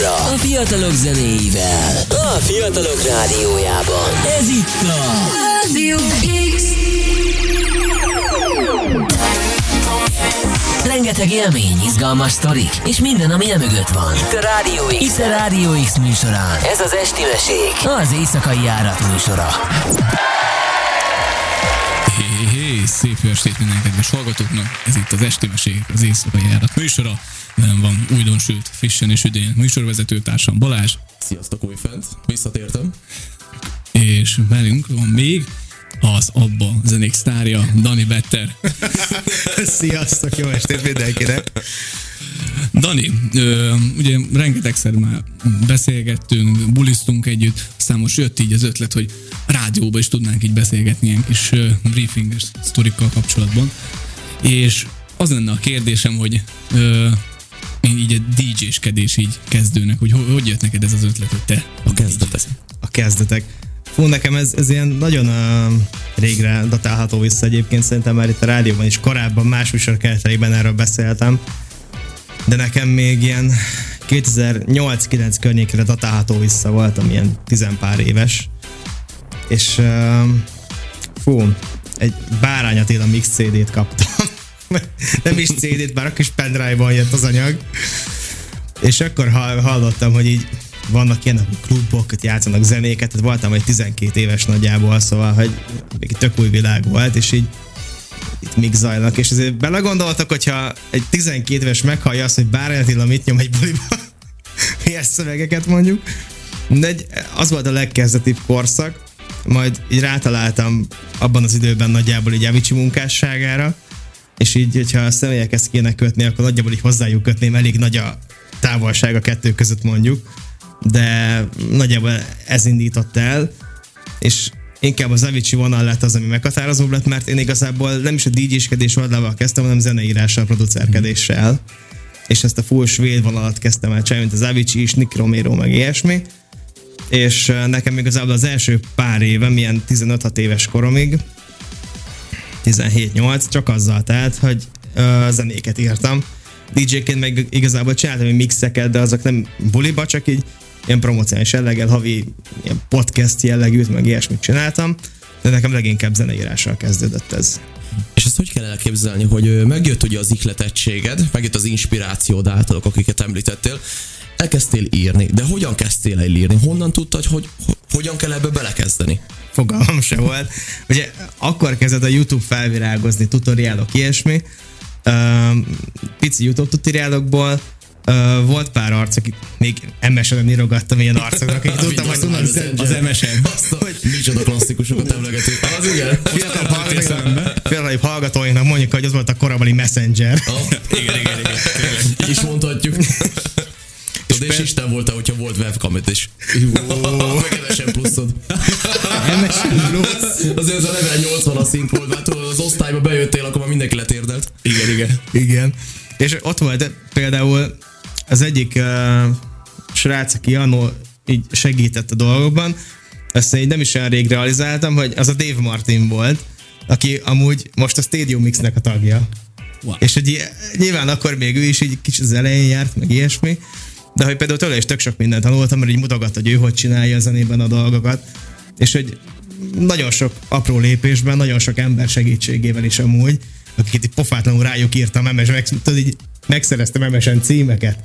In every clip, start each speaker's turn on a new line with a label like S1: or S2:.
S1: műsora a fiatalok zenéivel, a fiatalok rádiójában. Ez itt a Radio X. Rengeteg élmény, izgalmas sztorik, és minden, ami mögött van. Itt a Radio X. Itt a Radio X műsorán. Ez az Esti Mesék, az éjszakai járat műsora.
S2: Hé, szép jó estét minden kedves hallgatóknak. Ez itt az Esti Mesék, az éjszakai járat műsora. Velem van újdonsült, frissen és üdén műsorvezető társam Balázs.
S3: Sziasztok újfent, visszatértem.
S2: És velünk van még az Abba zenék sztárja, Dani Better.
S4: Sziasztok, jó estét mindenkinek!
S2: Dani, ugye rengetegszer már beszélgettünk, buliztunk együtt, aztán most jött így az ötlet, hogy a rádióban is tudnánk így beszélgetni ilyen kis briefinges sztorikkal kapcsolatban. És az lenne a kérdésem, hogy így a DJ-skedés így kezdőnek, hogy jött neked ez az ötlet, hogy te
S4: A kezdetek. Fú, nekem ez ilyen nagyon régre datálható vissza egyébként, szerintem már itt a rádióban is korábban más műsorkereteikben erről beszéltem, de nekem még ilyen 2008-9 környékére datálható vissza, voltam ilyen 10 pár éves, és egy Bárány Attila mix CD-t kaptam. Nem is CD-t, bár akkor is pendrive-ban jött az anyag, és akkor hallottam, hogy így vannak ilyen klubok, hogy játszanak zenéket, tehát voltam egy 12 éves nagyjából, szóval, hogy még tök új világ volt, és így itt mik zajlanak, és azért belegondoltak, hogyha egy 12 éves meghallja azt, hogy Bárány Attila mit nyom egy buliba, milyen szövegeket mondjuk, de az volt a legkezdetibb korszak, majd így rátaláltam abban az időben nagyjából így Avicii munkásságára, és így, hogyha a személyek ezt kéne kötni, akkor nagyjából így hozzájuk kötném, elég nagy a távolság a kettő között mondjuk, de nagyjából ez indított el, és inkább az Avicii vonal lett az, ami meghatározóbb lett, mert én igazából nem is a DJ-skedés oldalával kezdtem, hanem zeneírással, producerkedéssel, és ezt a full svéd vonalat kezdtem el csinálni, mint az Avicii is, Nick Romero, meg ilyesmi, és nekem igazából az első pár évem, ilyen 15-6 éves koromig, 17-8, csak azzal telt, hogy zenéket írtam. DJ-ként meg igazából csináltam mixeket, de azok nem buliba, csak így ilyen promóciális jelleggel, havi ilyen podcast jellegűt, meg ilyesmit csináltam, de nekem leginkább zeneírással kezdődött ez.
S3: És ezt hogy kell elképzelni, hogy megjött ugye az ihletettséged, megjött az inspirációd általuk, akiket említettél, elkezdtél írni, de hogyan kezdtél el írni? Honnan tudtad, hogy hogyan kell ebbe belekezdeni?
S4: Fogalmam se volt. Ugye akkor kezdett a YouTube felvirágozni, tutoriálok, ilyesmi. Pici YouTube tutoriálokból volt pár arc, akik még MSN-en írogattam ilyen arcoknak, akik tudtam, hogy tudnak
S3: az MSN. Micsoda klasszikusokat emlegetünk. Az igen.
S4: Fiatalabb hallgatóinknak mondjuk, hogy az volt a korabeli Messenger.
S3: Igen. És mondhatjuk. Tudod, és Isten voltál, hogyha volt webcamet is. Meg MSN pluszod.
S4: MSN plusz.
S3: Azért az a level 80 a szint volt, mert tudod, az osztályba bejöttél, akkor már mindenki letérdelt.
S4: Igen. És ott volt például az egyik srác, aki annól így segített a dolgokban, ezt így nem is olyan rég realizáltam, hogy az a Dave Martin volt, aki amúgy most a Stadium Mix-nek a tagja. Wow. És hogy nyilván akkor még ő is így kicsit az elején járt, meg ilyesmi, de hogy például tőle is tök sok mindent tanultam, mert így mutogatta, hogy ő hogy csinálja a zenében a dolgokat, és hogy nagyon sok apró lépésben, nagyon sok ember segítségével is amúgy, akiket így pofátlanul rájuk írtam, megszereztem MSN címeket.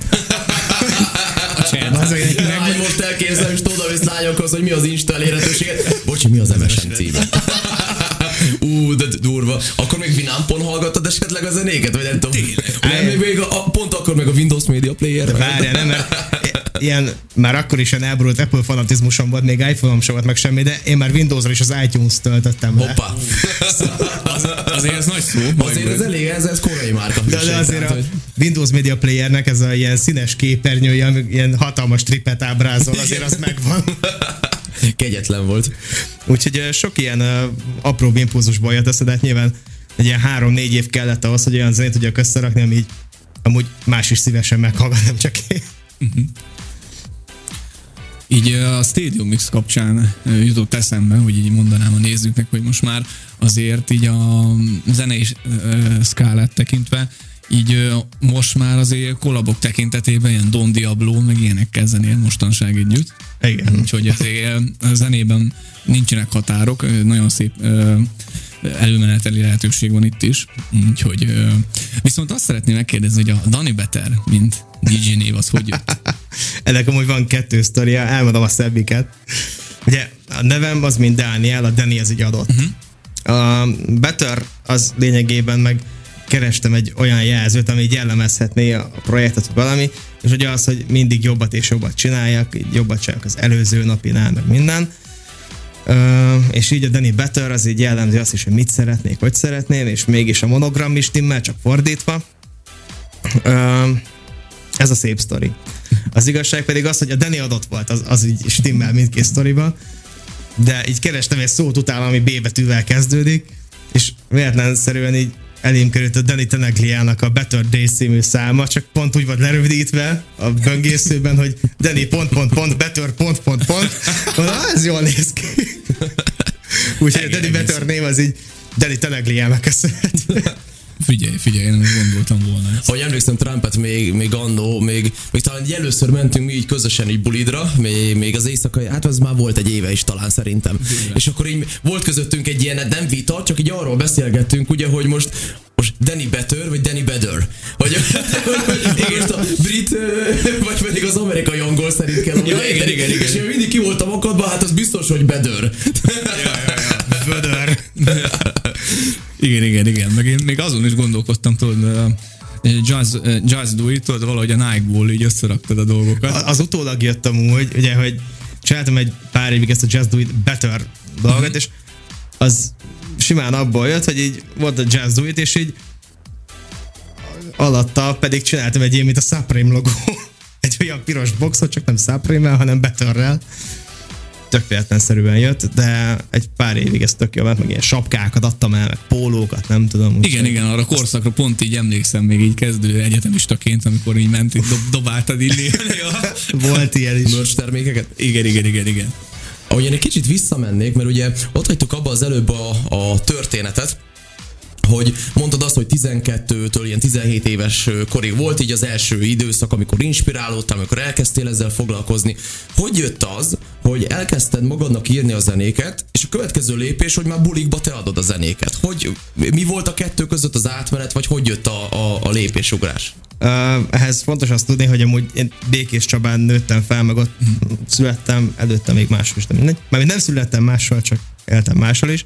S3: Hogy most elképzelem, és odavész lányokhoz, hogy mi az Insta elérhetőséget. Bocsi, mi az MSN címe? De durva. Akkor még Winampon hallgattad esetleg a zenéket? Vagy nem tudom. Még pont akkor meg a Windows Media Player.
S4: Várjál, nem, mert ilyen, már akkor is ilyen elborult Apple fanatizmusom volt, még iPhone-om sem volt meg semmi, de én már Windows-ra is az iTunes töltöttem le.
S3: Hoppá.
S2: Azért ez nagy szó.
S3: Azért ez elég, ez korai márka.
S4: De azért a Windows Media Playernek ez a ilyen színes képernyője, ami ilyen hatalmas tripet ábrázol, azért az megvan.
S3: Kegyetlen volt.
S4: Úgyhogy sok ilyen apró impulzusból jött össze, de hát nyilván egy ilyen 3-4 év kellett ahhoz, hogy olyan zenét tudjak összerakni, ami így amúgy más is szívesen meghallgat, nem csak én.
S2: Így a Stadium Mix kapcsán jutott eszembe, hogy így mondanám a nézőknek, hogy most már azért így a zenei skálát tekintve így most már azért kollabok tekintetében ilyen Don Diablo, meg ilyenekkel zenél mostanság együtt.
S4: Igen.
S2: Úgyhogy azért a zenében nincsenek határok, nagyon szép előmeneteli lehetőség van itt is. Úgyhogy viszont azt szeretném megkérdezni, hogy a Danny Better, mint DJ név, az hogy jött?
S4: Ennek amúgy van 2 sztoria, elmondom a szebbiket. Ugye a nevem az mint Dániel, a Danny az így adott. A Better az lényegében meg kerestem egy olyan jelzőt, ami így jellemezhetné a projektet, vagy valami, és ugye az, hogy mindig jobbat és jobbat csináljak, így jobbat csinálok az előző napinál, meg minden. És így a Danny Better az így jellemzi azt is, hogy mit szeretnék, hogy szeretném, és mégis a monogram is stimmel, csak fordítva. Ez a szép sztori. Az igazság pedig az, hogy a Danny adott volt, az így stimmel mindkét sztoriba, de így kerestem egy szót utána, ami B betűvel kezdődik, és véletlenszerűen így elém került a Danny Tenegliának a Better Days című száma, csak pont úgy volt lerövidítve a böngészőben, hogy Danny ... Better ... Ez jól néz ki. Úgyhogy a Danny Better név az így Danny Tenegliának köszönhető.
S2: Figyelj, én nem is gondoltam volna ezt.
S3: Ahogy emlékszem, Trumpet még annó, még talán először mentünk mi így közösen így bulidra, még az éjszakai, hát az már volt egy éve is talán szerintem. És akkor így volt közöttünk egy ilyen, nem vita, csak így arról beszélgettünk, ugye, hogy most Danny Better, vagy Danny Better. Vagy igen, a brit, vagy pedig az amerikai angol szerint kell. Ja, igen. És én mindig ki voltam akadva, hát az biztos, hogy Better.
S4: Better.
S2: Igen. Meg én még azon is gondolkodtam, tudod, Just Do It, tudod, valahogy a Nike-ból így összeraktad a dolgokat.
S4: Az utólag jött amúgy, ugye, hogy csináltam egy pár évig ezt a Just Do It Better dolgot, és az simán abból jött, hogy így volt a Just Do It, és így alatta pedig csináltam egy ilyen, mint a Supreme logó. Egy olyan piros boxot, csak nem Supreme-mel, hanem Betterrel. Tök véletlenszerűen jött, de egy pár évig ez tök jó, mert meg ilyen sapkákat adtam el, meg pólókat, nem tudom.
S2: Igen, arra korszakra pont így emlékszem, még így kezdő egyetemistaként, amikor így ment, így dobáltad így.
S4: Volt ilyen is.
S3: Merch termékeket?
S2: Igen.
S3: Ahogy én egy kicsit visszamennék, mert ugye ott hagytuk abba az előbb a történetet, hogy mondtad azt, hogy 12-től ilyen 17 éves korig volt így az első időszak, amikor inspirálódtál, amikor elkezdtél ezzel foglalkozni. Hogy jött az, hogy elkezdted magadnak írni a zenéket, és a következő lépés, hogy már bulikba te adod a zenéket? Mi volt a kettő között az átmenet, vagy hogy jött a lépésugrás?
S4: Ehhez fontos azt tudni, hogy amúgy én Békés Csabán nőttem fel, meg ott születtem, előttem még máshol is, de mindegy. Mármint nem születtem máshol, csak éltem máshol is.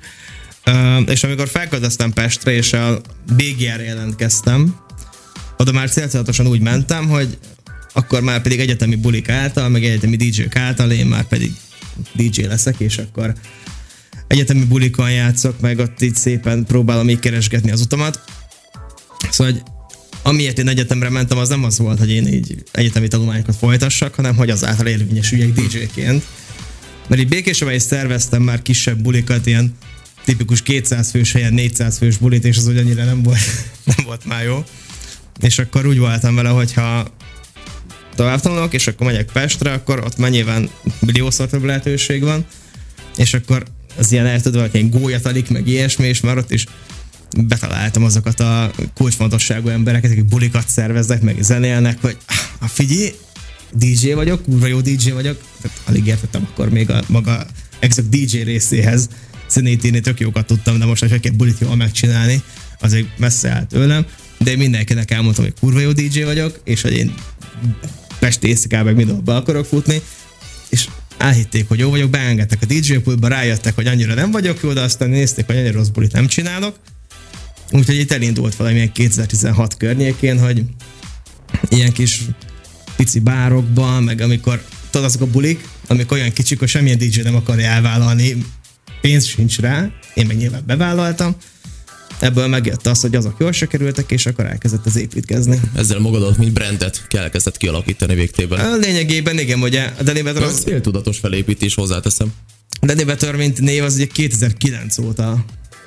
S4: És amikor felköltöztem Pestre, és a BGR-re jelentkeztem, oda már céltudatosan úgy mentem, hogy akkor már pedig egyetemi bulik által, meg egyetemi DJ-k által, én már pedig DJ leszek, és akkor egyetemi bulikon játszok, meg ott így szépen próbálom így keresgetni az utamat. Szóval, hogy amiért én egyetemre mentem, az nem az volt, hogy én így egyetemi tanulmányokat folytassak, hanem hogy azáltal érvényesüljek DJ-ként. Mert így Békésben is szerveztem már kisebb bulikat, ilyen tipikus 200 fős helyen 400 fős bulit, és az úgy annyira nem volt már jó. És akkor úgy voltam vele, hogyha tovább tanulok, és akkor megyek Pestre, akkor ott már nyilván milliószor több lehetőség van, és akkor az ilyen eltudva, hogy egy gólyatalik, meg ilyesmi, és már ott is betaláltam azokat a kulcsfontosságú embereket, akik bulikat szerveznek, meg zenélnek, hogy figyelj, DJ vagyok, kurva jó DJ vagyok, tehát alig értettem akkor még a maga exakt DJ részéhez, zenét írni tök jókat tudtam, de most, hogy kell bulit jól megcsinálni, azért messze állt tőlem, de én mindenkinek elmondtam, hogy kurva jó DJ vagyok, és hogy én Pesti éjszakában meg mindenhol be akarok futni, és elhitték, hogy jó vagyok, beengedtek a DJ pultba, rájöttek, hogy annyira nem vagyok jó, de aztán nézték, hogy annyira rossz bulit nem csinálok. Úgyhogy itt elindult valamilyen 2016 környékén, hogy ilyen kis pici bárokban, meg amikor tudod azok a bulik, amikor olyan kicsik, hogy semmilyen DJ nem akarja elvállalni, pénz sincs rá, én meg nyilván bevállaltam. Ebből megjött az, hogy azok jól se kerültek, és akkor elkezdett az építkezni.
S3: Ezzel magadat, mint brandet elkezdett kialakítani végtében.
S4: A lényegében igen, ugye a Danny Better
S3: az céltudatos felépítés, hozzáteszem.
S4: Danny Better, mint név, az ugye 2009 óta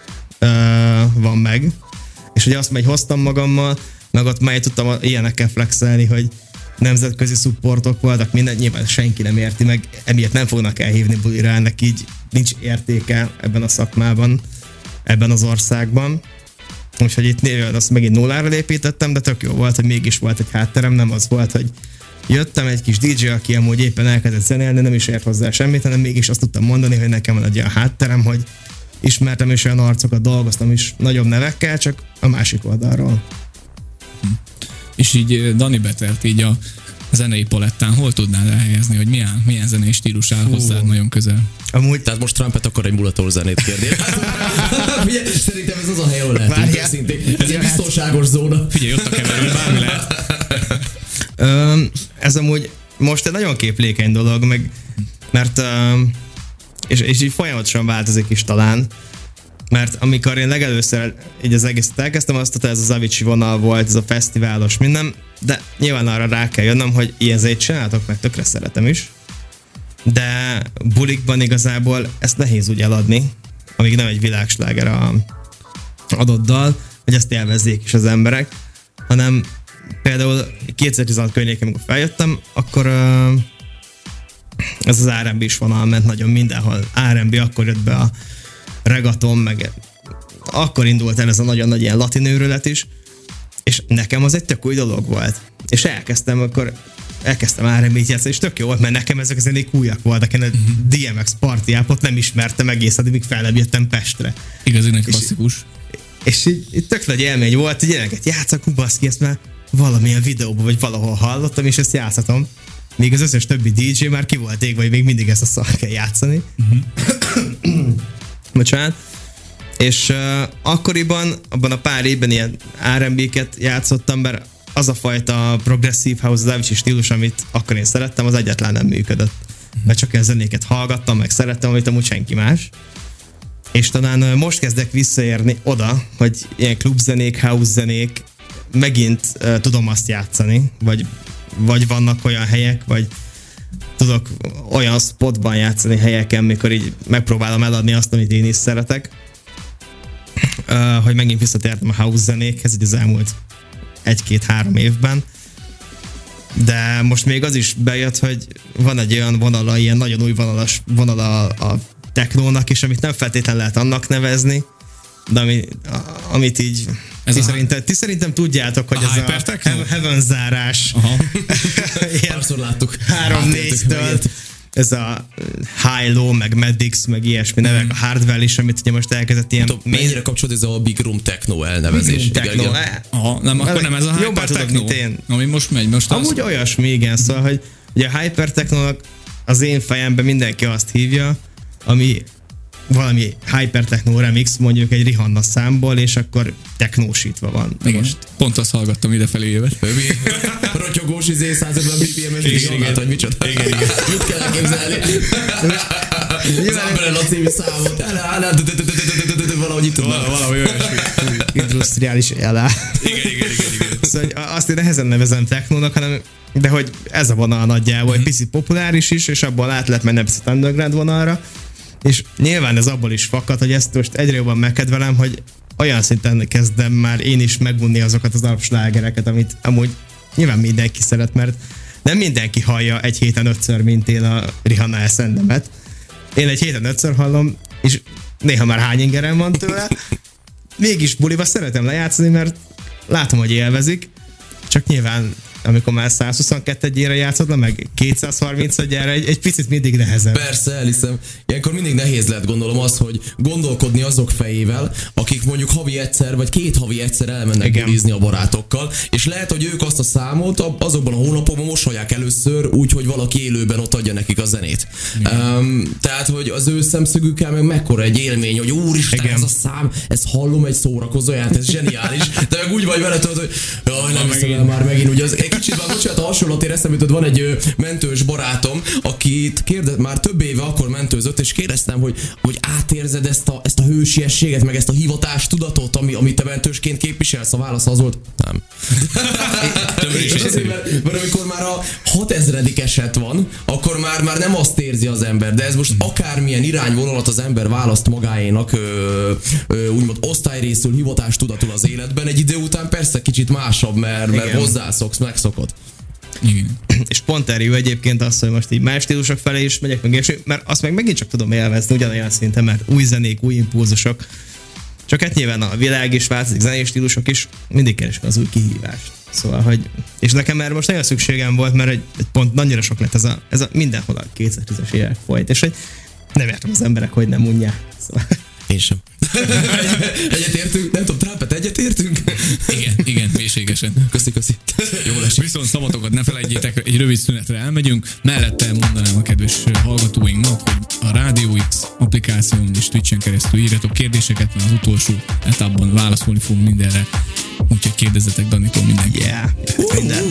S4: van meg. És ugye azt meg hoztam magammal, meg ott már tudtam ilyenekkel flexelni, hogy nemzetközi supportok voltak, minden, nyilván senki nem érti meg, emiatt nem fognak elhívni bulira, ennek így nincs értéke ebben a szakmában, ebben az országban. Úgyhogy itt azt megint nullára építettem, de tök jó volt, hogy mégis volt egy hátterem, nem az volt, hogy jöttem egy kis DJ, aki amúgy éppen elkezdett zenélni, nem is ért hozzá semmit, hanem mégis azt tudtam mondani, hogy nekem van egy olyan hátterem, hogy ismertem is olyan arcokat, dolgoztam is nagyobb nevekkel, csak a másik oldalról.
S2: És így Dani Betert így a zenei palettán hol tudnád elhelyezni, hogy milyen zenei stílus áll hozzád nagyon közel?
S3: Amúgy, tehát most Trumpet akar egy mulator zenét kérni. Figyelj, szerintem ez az a hely, ahol lehetünk őszintén. Ez egy biztonságos zóna.
S2: Figyelj, ott a keverő, bármi lehet.
S4: Ez amúgy most egy nagyon képlékeny dolog, mert és így folyamatosan változik is talán, mert amikor én legelőször így az egészet elkezdtem, azt ez az Avicii vonal volt, ez a fesztiválos minden, de nyilván arra rá kell jönnöm, hogy ilyen zenét csináltok, meg tökre szeretem is, de bulikban igazából ezt nehéz úgy eladni, amíg nem egy világsláger a adott dal, hogy ezt élvezzék is az emberek, hanem például 2016 környékén, amikor feljöttem, akkor ez az R&B-s vonal ment nagyon mindenhol. R&B, akkor jött be a reggaeton, meg akkor indult el ez a nagyon nagy ilyen latin őrület is, és nekem az egy tök új dolog volt. És elkezdtem R&B-t játszani, és tök jó volt, mert nekem ezek az zenék újak voltak. Én a DMX Party Appot nem ismertem egész, addig feljebb jöttem Pestre.
S2: Igazinak klasszikus.
S4: És így tök nagy élmény volt, hogy ilyeneket játszak, baszki, ezt már valamilyen videóban, vagy valahol hallottam, és ezt játszhatom. Még az összes többi DJ már ki volt égve, hogy még mindig ezt a szart kell játszani. Bocsánat. És akkoriban, abban a pár évben ilyen R&B-ket játszottam, mert az a fajta progresszív house, az Avicii stílus, amit akkor én szerettem, az egyáltalán nem működött. Mert csak olyan zenéket hallgattam, meg szerettem, amit amúgy senki más. És talán most kezdek visszaérni oda, hogy ilyen klubzenék, house zenék, megint tudom azt játszani, vagy vannak olyan helyek, vagy tudok olyan spotban játszani helyeken, mikor így megpróbálom eladni azt, amit én is szeretek, hogy megint visszatértem a house zenékhez, így az elmúlt 1-2-3 évben. De most még az is bejött, hogy van egy olyan vonala, ilyen nagyon új vonala a technónak is, amit nem feltétlenül lehet annak nevezni, de amit így ti szerintem tudjátok, hogy ez a Heaven zárás.
S3: Párszor láttuk.
S4: 3-4-től. Ez a High-Low, meg Madix, meg ilyesmi nevek, a Hardwell is, amit ugye most elkezdett ilyen...
S3: Mennyire kapcsolódik ez a Big Room Techno elnevezés?
S4: Techno.
S2: Akkor nem ez a Hyper Techno, ami most megy.
S4: Amúgy olyasmi, igen, szóval, hogy ugye a Hyper Techno-nak az én fejemben mindenki azt hívja, ami valami hypertechno remix, mondjuk egy Rihanna számból, és akkor technósítva van.
S2: Igen, most pont azt hallgattam idefelé jövet.
S3: Rotyogós 150 BPM-es Rihanna, vagy micsoda. Igen. Mit kell elképzelni? Az Umbrella című számot. Valahogy itt tudnak.
S2: Valami olyasmi.
S4: Industriális elá.
S2: Igen.
S4: Szóval azt én nehezen nevezem technónak, hanem de hogy ez a vonal nagyjából, egy picit populáris is, és abból át lehet menni a underground vonalra. És nyilván ez abból is fakad, hogy ezt most egyre jobban megkedvelem, hogy olyan szinten kezdem már én is megunni azokat az alapslágereket, amit amúgy nyilván mindenki szeret, mert nem mindenki hallja egy héten 5-ször, mint én a Rihanna eszendemet. Én egy héten 5-ször hallom, és néha már hány ingerem van tőle. Mégis buliba szeretem lejátszani, mert látom, hogy élvezik, csak nyilván amikor már 122-ére játszod, meg 230-gyára egy picit mindig nehezebb.
S3: Persze, elhiszem. Ilyenkor mindig nehéz lehet, gondolom az, hogy gondolkodni azok fejével, akik mondjuk havi egyszer, vagy 2 havi egyszer elmennek bulizni a barátokkal, és lehet, hogy ők azt a számot azokban a hónapokban most hallják először, úgyhogy valaki élőben ott adja nekik a zenét. Tehát, hogy az ő szemszögükkel meg mekkora egy élmény, hogy úristen, ez a szám, ezt hallom egy szórakozó játék, ez zseniális, de meg úgy vagy vele, hogy jaj, nem hiszem el már megint, ugye az kicsit már bocsánat, a hasonlatért eszembe jutott, van egy mentős barátom, akit már több éve akkor mentőzött, és kérdeztem, hogy átérzed ezt a hősiességet, meg ezt a hivatás tudatot, amit te mentősként képviselsz, a válasz az volt, nem. Mert amikor már a 6000. eset van, akkor már nem azt érzi az ember, de ez most akármilyen irányvonalat az ember választ magáénak, úgymond osztályrészül, hivatás tudatul az életben, egy idő után persze kicsit másabb, mert hozzászoksz, megszokod.
S2: Igen.
S4: És pont erre jó egyébként az, hogy most így más stílusok felé is megyek meg, mert azt meg megint csak tudom élvezni ugyanolyan szinten, mert új zenék, új impulzusok, Csak hát nyilván a világ is változik, zenei stílusok is, mindig keresik az új kihívást. Szóval, hogy... És nekem erre most nagyon szükségem volt, mert egy pont annyira sok lett ez a mindenhol a 2010-es évek folyt, és hogy nem értem az emberek, hogy nem unják. Szóval...
S3: Én sem. Egyetértünk? Nem tudom, Trumpet, egyetértünk?
S2: Igen, mélységesen.
S3: Köszi.
S2: Jól esik. Viszont szavatokat ne felejtjétek, egy rövid szünetre elmegyünk. Mellette mondanám a kedves hallgatóinknak, hogy a Radio X applikáción és Twitchen keresztül írjatok kérdéseket, mert az utolsó etapban válaszolni fogunk mindenre. Úgyhogy kérdezzetek Danitól mindenki.
S4: Yeah, minden.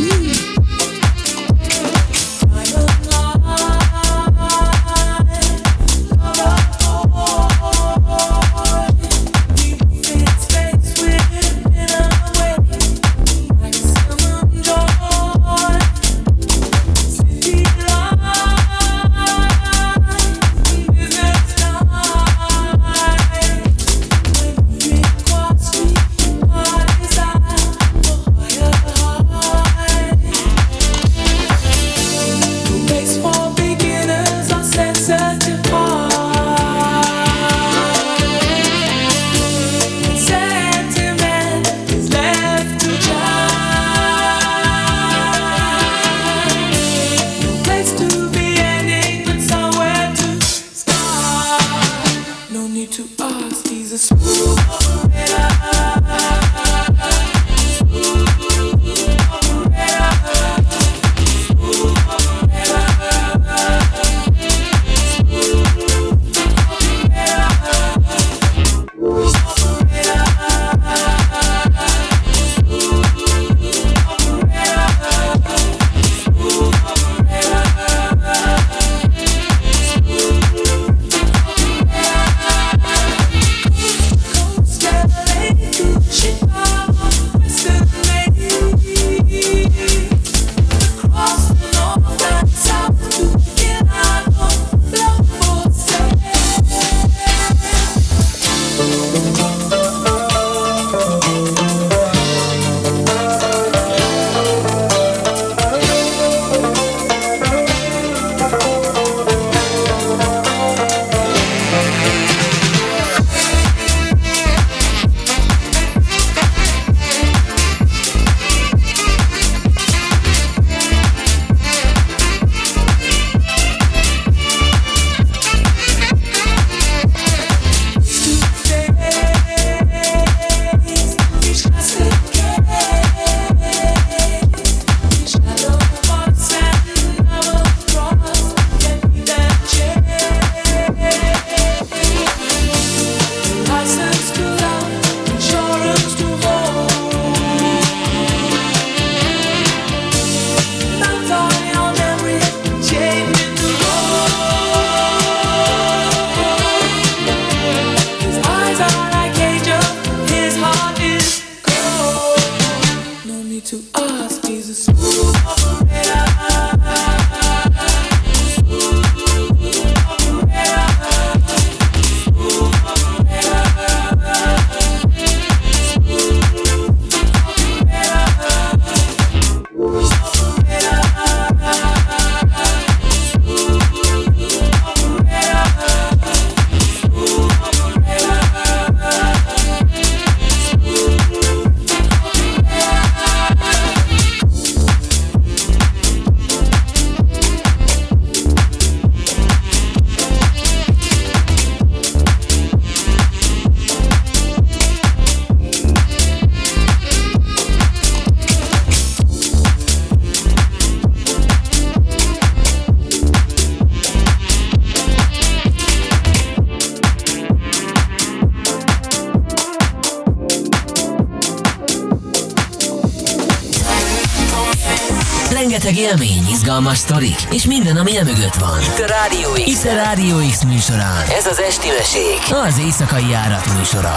S1: Rengeteg élmény, izgalmas sztorik, és minden, ami mögött van. Itt a Radio X műsorán. Ez az Esti Mesék, az éjszakai járat műsora.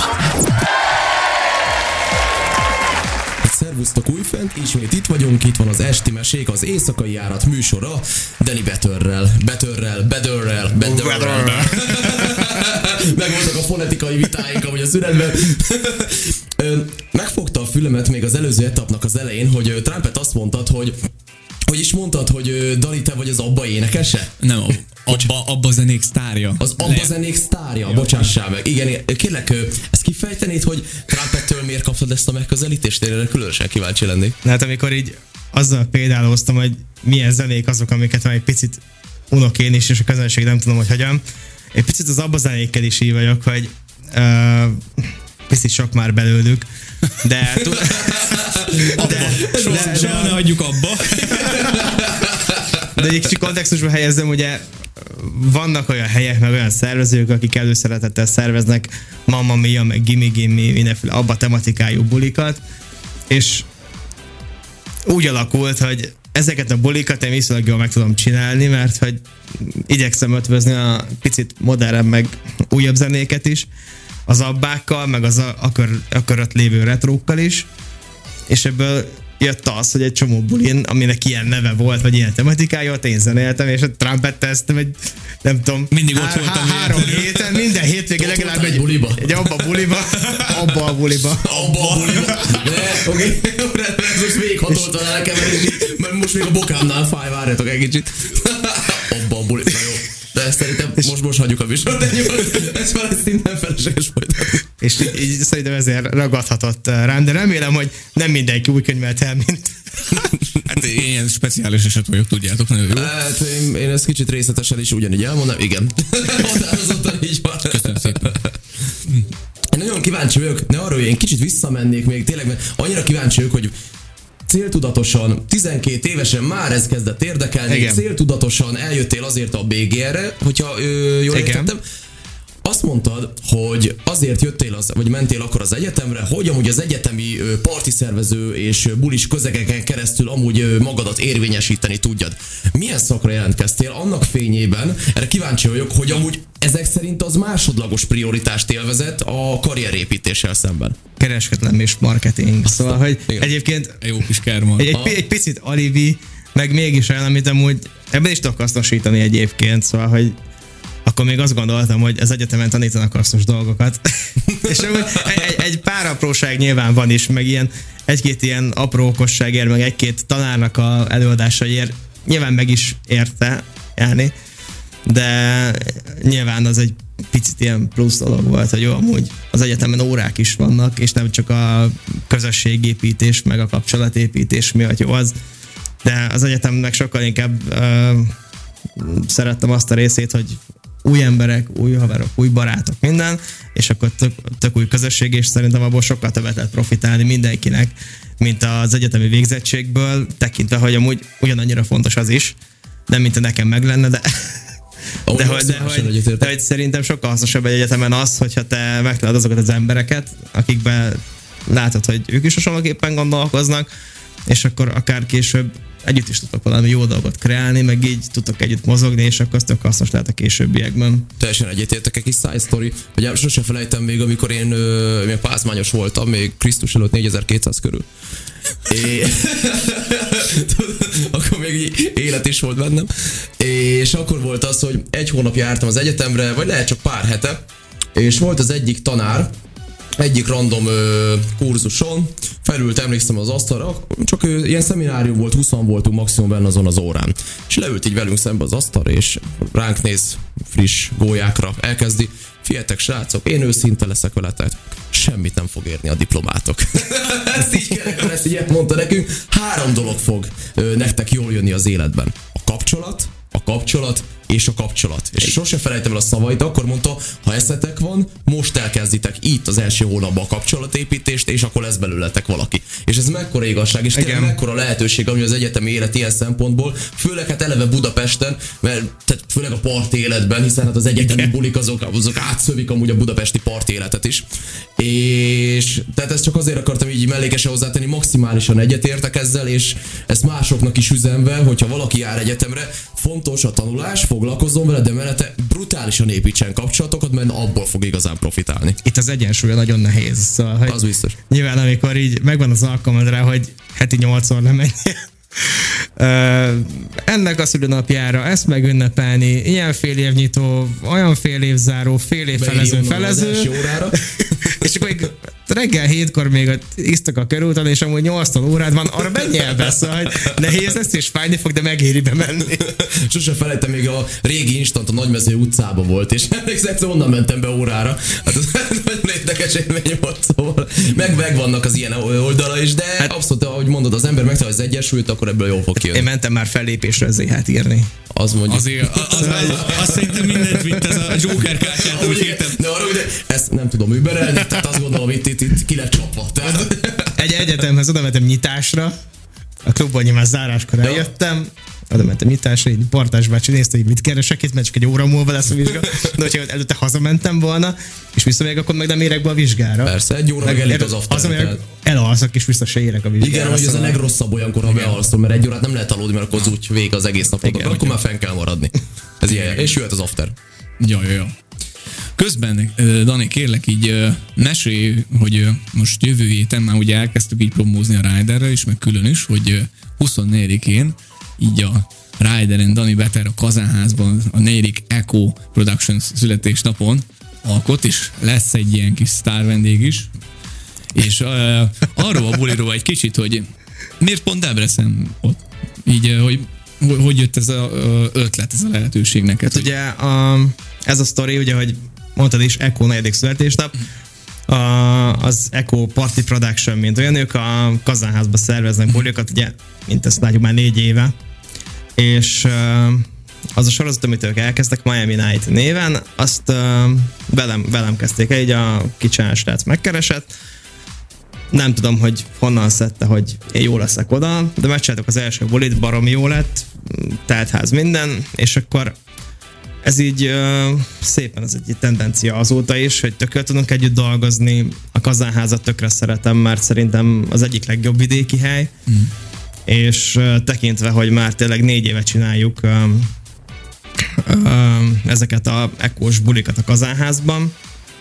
S3: Szervusztok újfent, ismét itt vagyunk, itt van az Esti Mesék, az éjszakai járat műsora, Danny Betörrel. Megvoltak a fonetikai vitáink amúgy a szünetben. Megfogta a fülemet még az előző etapnak az elején, hogy Trumpet azt mondtad, hogy hogy is mondtad, hogy Dani, te vagy az Abba énekese?
S2: Nem, Abba zenék sztárja.
S3: Az Abba zenék sztárja, bocsássál meg. Igen, kérlek, ezt kifejtenéd, hogy Trumpettől miért kaptad ezt a megközelítést? Én erre különösen kíváncsi lennék.
S4: Hát amikor így azzal példáloztam, hogy milyen zenék azok, amiket már egy picit unok én is, és a közönség nem tudom, hogy hogyan. Egy picit az Abba zenékkel is így vagyok, hogy picit sok már belőlük, de
S2: soha ne hagyjuk abba.
S4: De egy kicsit kontextusba helyezzem, ugye vannak olyan helyek, meg olyan szervezők, akik előszeretettel szerveznek Mamma Mia, meg Gimme, mindenféle abba tematikájú bulikat, és úgy alakult, hogy ezeket a bulikat én viszonylag jól meg tudom csinálni, mert hogy igyekszem ötvözni a picit modernebb, meg újabb zenéket is, az abbákkal, meg az akörött lévő retrókkal is, és ebből jött az, hogy egy csomó bulin, aminek ilyen neve volt, vagy ilyen tematikája, ott én zenéltem, és a trumpet-teztem egy, nem tudom,
S2: mindig ott voltam
S4: 3 héten, minden hétvégén legalább egy
S3: buliba.
S4: Abba a buliba.
S3: Oké, ez most végig hatoltan elkeverni, mert most még a bokámnál fáj, várjatok egy kicsit. Abba a buliba, jó. De szerintem most hagyjuk a műsort, ez már szinten felesleges folytatni.
S4: És így szerintem ezért ragadhatott rám, de remélem, hogy nem mindenki úgy könyvelt el, mint...
S2: Hát ilyen speciális eset vagyok, tudjátok, nagyon jó.
S3: Hát én ezt kicsit részletesen is ugyanígy elmondom, igen. Határozottan így van.
S2: Köszönöm szépen.
S3: Én nagyon kíváncsi vagyok, ne arra, hogy én kicsit visszamennék még, tényleg, mert annyira kíváncsi vagyok, hogy céltudatosan, 12 évesen már ez kezdett érdekelni, igen. Céltudatosan eljöttél azért a BGR-re, hogyha jól értettem. Azt mondtad, hogy azért jöttél, vagy mentél akkor az egyetemre, hogy amúgy az egyetemi partiszervező és bulis közegeken keresztül amúgy magadat érvényesíteni tudjad. Milyen szakra jelentkeztél annak fényében? Erre kíváncsi vagyok, hogy amúgy ezek szerint az másodlagos prioritást élvezett a karrierépítéssel szemben.
S4: Kereskedelem és marketing. Szóval, hogy igen. Egyébként
S2: jó kis kerma.
S4: Egy picit alibi, meg mégis olyan, amit amúgy ebben is tudok hasznosítani egyébként, szóval, hogy akkor még azt gondoltam, hogy az egyetemen tanítanak hasznos dolgokat. És egy pár apróság nyilván van is, meg ilyen egy-két ilyen apró okosságért, meg egy-két tanárnak a előadásaiért nyilván meg is érte járni, de nyilván az egy picit ilyen plusz dolog volt, hogy jó, amúgy az egyetemen órák is vannak, és nem csak a közösségépítés, meg a kapcsolatépítés miatt jó az, de az egyetemnek sokkal inkább szerettem azt a részét, hogy új emberek, új haverok, új barátok, minden, és akkor tök új közösség, és szerintem abból sokkal többet lehet profitálni mindenkinek, mint az egyetemi végzettségből, tekintve, hogy amúgy ugyanannyira fontos az is, nem mint a nekem meg lenne, de hogy szerintem sokkal hasznosabb egy egyetemen az, hogyha te megtalálod azokat az embereket, akikben látod, hogy ők is hasonlóképpen gondolkoznak, és akkor akár később együtt is tudtok valami jó dolgot kreálni, meg így tudtok együtt mozogni, és akkor az tök hasznos lehet a későbbiekben.
S3: Teljesen egyetértek, egy kis side story, hogy sosem felejtem még, amikor én még pázmányos voltam, még Krisztus előtt 4200 körül. Akkor még élet is volt bennem. És akkor volt az, hogy egy hónap jártam az egyetemre, vagy lehet csak pár hete, és volt az egyik tanár, egyik random kurzuson, felült, emlékszem az asztalra, csak ilyen szeminárium volt, 20-an voltunk maximum benne azon az órán. És leült így velünk szembe az asztalra, és ránk néz friss gólyákra, elkezdi, figyeljetek srácok, én őszinte leszek veletek, semmit nem fog érni a diplomátok. Ezt így kerekül, ezt így mondta nekünk, 3 dolog fog nektek jól jönni az életben. A kapcsolat és a kapcsolat. És sose felejtem el a szavait, akkor mondta, ha eszetek van, most elkezditek itt az első hónapban a kapcsolatépítést, és akkor lesz belőletek valaki. És ez mekkora igazság, és tényleg mekkora lehetőség, ami az egyetemi élet ilyen szempontból, főleg hát eleve Budapesten, mert tehát főleg a parti életben, hiszen hát az egyetemi bulik azok átszövik amúgy a budapesti parti életet is. És tehát ezt csak azért akartam így mellékesen hozzátenni, maximálisan egyetértek ezzel, és ezt másoknak is üzenve, hogyha valaki jár egyetemre, fontos a tanulás, foglalkozzon vele, de mellette brutálisan építsen kapcsolatokat, mert abból fog igazán profitálni.
S4: Itt az egyensúly nagyon nehéz. Szóval, hogy
S3: az biztos.
S4: Nyilván amikor így megvan az alkalmad rá, hogy heti 8-szor nem menjél. Ennek a szülőnapjára ezt megünnepelni, ilyen fél évnyitó, olyan fél évzáró, fél év felező. És akkor reggel 7-kor még isztak a körúton, és amúgy 8 órád van, arra menj el be, szóval nehéz lesz, és fájni fog, de megéri bemenni.
S3: Sose felejtem, még a régi Instant a Nagymező utcában volt, és emlékszem, onnan mentem be órára. Hát ez nagyon érdekes élmény volt, szóval megvannak az ilyen oldala is, de hát, abszolút, ahogy mondod, az ember megtalálja az egyensúlyt, akkor ebből jól fog kijönni.
S4: Én mentem már fellépésre az hát írni.
S3: Az mondjuk.
S2: Azt szerintem mindent vitt ez a Joker kártyát, úgy értem.
S3: De arra, hogy ezt nem tudom überelni, tehát azt gondolom, itt ki lett csapva.
S4: Egy egyetemhez oda mentem nyitásra, a klubban nyilván záráskor eljöttem, oda mentem nyitásra, így Portás bácsi nézte, hogy mit keresek itt, mert csak egy óra múlva lesz a vizsga. De hogyha előtte hazamentem volna, és visszamegyek, akkor meg nem érek be a vizsgára.
S3: Persze, egy óra meg elég az after.
S4: Elalszok, és vissza se érek a vizsgára.
S3: Igen, hogy ez a legrosszabb olyankor, ha bealszol, mert egy órát nem lehet aludni, mert akkor az úgy vég az egész napot, akkor már fenn kell maradni. Ez ilyen, és jöhet az after.
S2: Jó. Közben, Dani, kérlek így mesélj, hogy most jövő héten már ugye elkezdtük így promózni a Riderre is, meg külön is, hogy 24-én így a Rideren Dani Beter a Kazánházban a 4. Echo Productions születésnapon alkot, és lesz egy ilyen kis sztár vendég is. És arról a buliról egy kicsit, hogy miért pont Debrecen ott? Így, hogy jött ez az ötlet, ez a lehetőség neked?
S4: Hát ugye ez a sztori, ugye, hogy mondtad is, Echo 4. születésnap, az Echo Party Production, mint olyan, ők a Kazánházba szerveznek buliokat, ugye, mint ezt látjuk már 4 éve, és az a sorozat, amit ők elkezdtek, Miami Night néven, azt velem kezdték el, így a kicsinás srác megkeresett. Nem tudom, hogy honnan szedte, hogy én jó leszek oda, de megcsináltuk az első bulit, baromi jó lett, teltház minden, és akkor ez így szépen, ez egy tendencia azóta is, hogy tökre tudunk együtt dolgozni. A Kazánházat tökre szeretem, mert szerintem az egyik legjobb vidéki hely, és tekintve, hogy már tényleg 4 éve csináljuk ezeket a ekós bulikat a Kazánházban,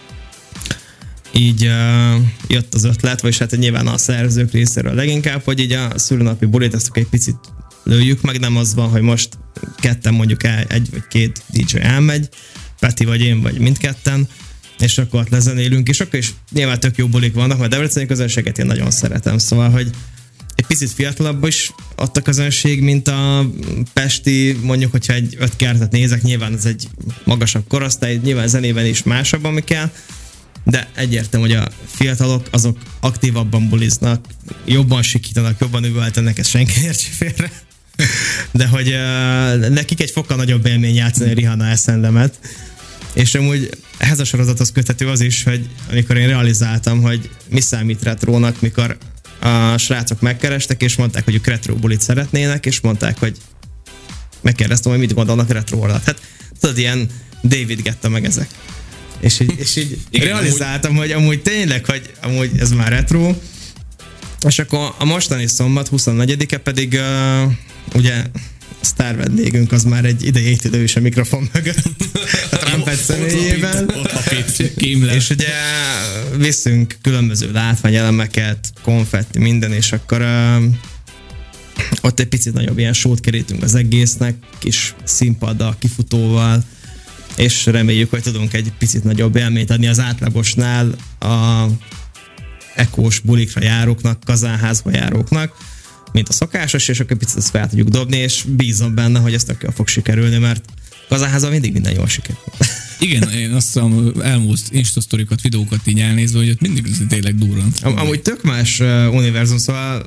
S4: így jött az ötlet, vagyis hát nyilván a szerzők részéről leginkább, hogy így a szülinapi bulit ezt egy picit lőjük meg, nem az van, hogy most ketten mondjuk egy vagy 2 DJ elmegy, Peti vagy én, vagy mindketten, és akkor ott lezenélünk, és akkor is nyilván tök jó bulik vannak, mert debreceni közönséget én nagyon szeretem, szóval, hogy egy picit fiatalabb is ott a közönség, mint a pesti, mondjuk, hogyha egy 5 kertet nézek, nyilván ez egy magasabb korosztály, nyilván zenében is másabb, ami kell, de egyértelmű, hogy a fiatalok azok aktívabban buliznak, jobban sikítanak, jobban üvöltenek, ezt senki értse félre. De hogy nekik egy fokkal nagyobb élmény játszani a Rihanna Eszendemet. És amúgy ehhez a sorozathoz köthető az is, hogy amikor én realizáltam, hogy mi számít retrónak, mikor a srácok megkerestek, és mondták, hogy ők retro bulit szeretnének, és mondták, hogy megkérdeztem, hogy mit gondolnak retro alatt. Hát tudod, ilyen David Guetta meg ezek. És így igen, realizáltam, hogy amúgy tényleg, hogy amúgy ez már retro. És akkor a mostani szombat, 24-e pedig ugye sztár vendégünk az már egy idejét idős a mikrofon mögött a Trumpet személyében. És ugye viszünk különböző látványelemeket, konfetti, minden, és akkor ott egy picit nagyobb ilyen sót kerítünk az egésznek, kis színpaddal, kifutóval, és reméljük, hogy tudunk egy picit nagyobb élményt adni az átlagosnál a ekós bulikra járóknak, Kazánházba járóknak, mint a szokásos, és akkor picit ezt fel tudjuk dobni, és bízom benne, hogy ez tök jól fog sikerülni, mert Kazánházban mindig minden jól sikerül.
S2: Igen, én azt hiszem, elmúlt instasztorikat, videókat így elnézve, hogy ott mindig tényleg durran.
S4: Amúgy tök más univerzum, szóval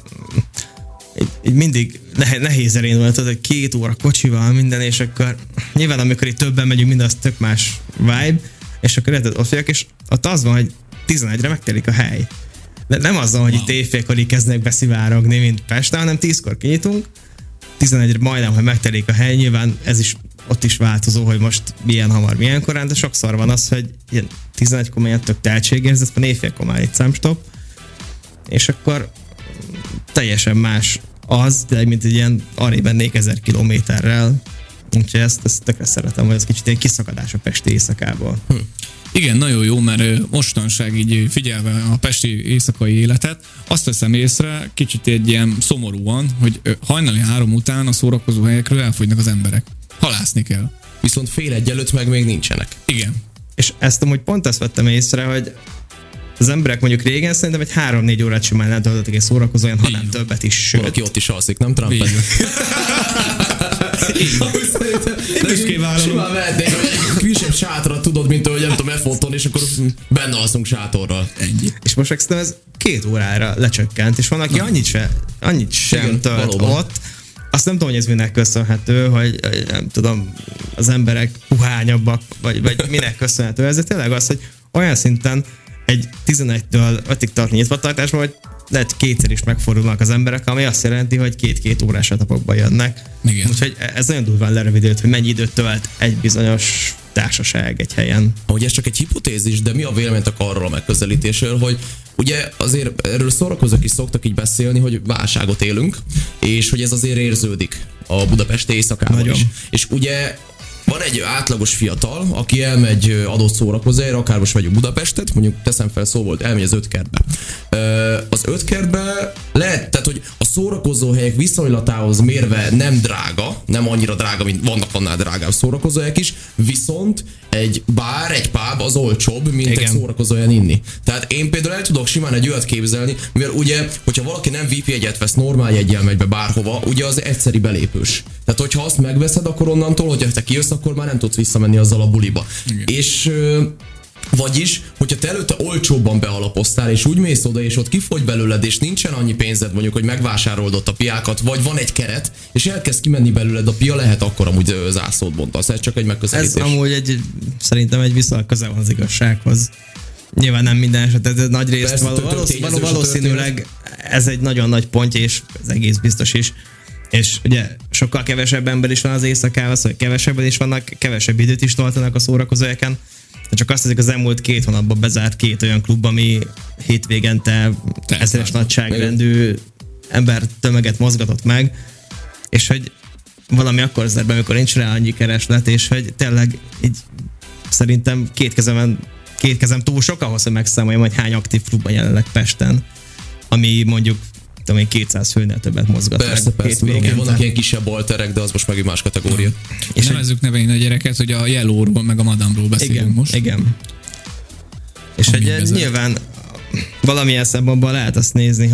S4: így mindig nehéz elindulni, hogy 2 óra kocsival, minden, és akkor nyilván amikor itt többen megyünk, minden az tök más vibe, és akkor ott vagyok, és ott az van, hogy 11-re megtelik a hely. De nem az van, hogy itt éjfélkor kezdnek beszivárogni, mint Pesten, hanem 10-kor kinyitunk, 11-re majdnem, hogy megtelik a hely, nyilván ez is ott is változó, hogy most milyen hamar, milyen korán, de sokszor van az, hogy ilyen 11-kor milyen tök tehetségérzet, van éjfélkor már egy számstop, és akkor teljesen más az, de mint egy ilyen arrébb 4000 kilométerrel, úgyhogy ezt tökre szeretem, hogy ez kicsit egy kiszakadás a pesti éjszakából.
S2: Igen, nagyon jó, mert mostanság így figyelve a pesti éjszakai életet, azt veszem észre kicsit egy ilyen szomorúan, hogy hajnali 3 után a szórakozó helyekről elfogynak az emberek. Halászni kell.
S3: Viszont 12:30 előtt meg még nincsenek.
S2: Igen.
S4: És ezt amúgy pont azt vettem észre, hogy Az emberek mondjuk régen szerintem egy 3-4 órát simán nem töltöttek egy szórakozóan, hanem többet is. Sőt.
S3: Valaki ott is alszik, nem Trump?
S4: Én is kívánom.
S3: Simán mehetnék, hogy egy kisebb sátra, tudod, mint ahogy nem tudom, F-Otton, és akkor benne alszunk sátorral.
S2: Ennyi.
S4: És most szerintem ez 2 órára lecsökkent, és van, aki annyit sem
S3: Igen,
S4: tölt
S3: valóban.
S4: ott. Azt nem tudom, hogy ez minek köszönhető, hogy nem tudom, az emberek puhányabbak, vagy minek köszönhető. Ez tényleg az, hogy olyan szinten egy 11-től 5-ig tartó nyitvatartásban, hogy lehet kétszer is megfordulnak az emberek, ami azt jelenti, hogy 2 órás etapokba jönnek.
S2: Igen.
S4: Úgyhogy ez nagyon durván lerövidült, hogy mennyi időt tölt egy bizonyos társaság egy helyen.
S3: Ahogy ez csak egy hipotézis, de mi a véleményetek arról a megközelítésről, hogy ugye azért erről szórakozók is szoktak így beszélni, hogy válságot élünk, és hogy ez azért érződik a budapesti éjszakában
S4: Nagyon.
S3: is. És ugye van egy átlagos fiatal, aki elmegy adott szórakozóra, akár most vagyunk Budapestet, mondjuk teszem fel szó volt, elmegy az 5 kertbe. Az 5 kertbe lehet, tehát hogy a szórakozóhelyek viszonylatához mérve nem drága, nem annyira drága, mint vannak annál drágább szórakozóhelyek is, viszont egy bár, egy pub az olcsóbb, mint
S4: Igen.
S3: egy szórakozóhelyen inni. Tehát én például el tudok simán egy olyat képzelni, mivel ugye, hogyha valaki nem VIP jegyet vesz, normál jeggyel megy be bárhova, ugye az egyszeri belépős. Tehát hogyha azt megveszed, akkor onnantól, hogyha te kijössz, akkor már nem tudsz visszamenni azzal a buliba.
S2: Igen.
S3: És vagyis, hogyha te előtte olcsóbban bealapoztál, és úgy mész oda, és ott kifogy belőled, és nincsen annyi pénzed, mondjuk, hogy megvásárold ott a piákat, vagy van egy keret, és elkezd kimenni belőled a pia, lehet akkor amúgy zászlót bontasz. Ez csak egy megközelítés.
S4: Ez amúgy szerintem egy viszonylag közel van az igazsághoz. Nyilván nem minden eset, de nagy részt
S3: Persze, tényezős a történet.
S4: valószínűleg ez egy nagyon nagy pontja, és ez egész biztos is. És ugye sokkal kevesebb ember is van az éjszakával, szóval kevesebben is vannak, kevesebb időt is toltanak a szórakozóhelyeken. Csak azt hiszik, az elmúlt 2 hónapban bezárt 2 olyan klub, ami hétvégente ezeres nagyságrendű ember tömeget mozgatott meg, és hogy valami akkor zár be, amikor nincs rá annyi kereslet, és hogy tényleg így szerintem két kezem túl sok ahhoz, hogy megszámoljam, hogy hány aktív klubban jelenleg Pesten, ami mondjuk 200 főnél többet mozgat
S3: Persze,
S4: meg
S3: persze.
S4: hétvégén.
S3: Vannak ilyen kisebb alterek, de az most megint más kategória.
S4: És
S2: Nevezzük nevein a gyereket, hogy a Yellowról meg a Madamról beszélünk
S4: igen,
S2: most.
S4: igen. És
S2: Ami
S4: hogy
S2: bezár.
S4: nyilván valamilyen szempontból lehet azt nézni,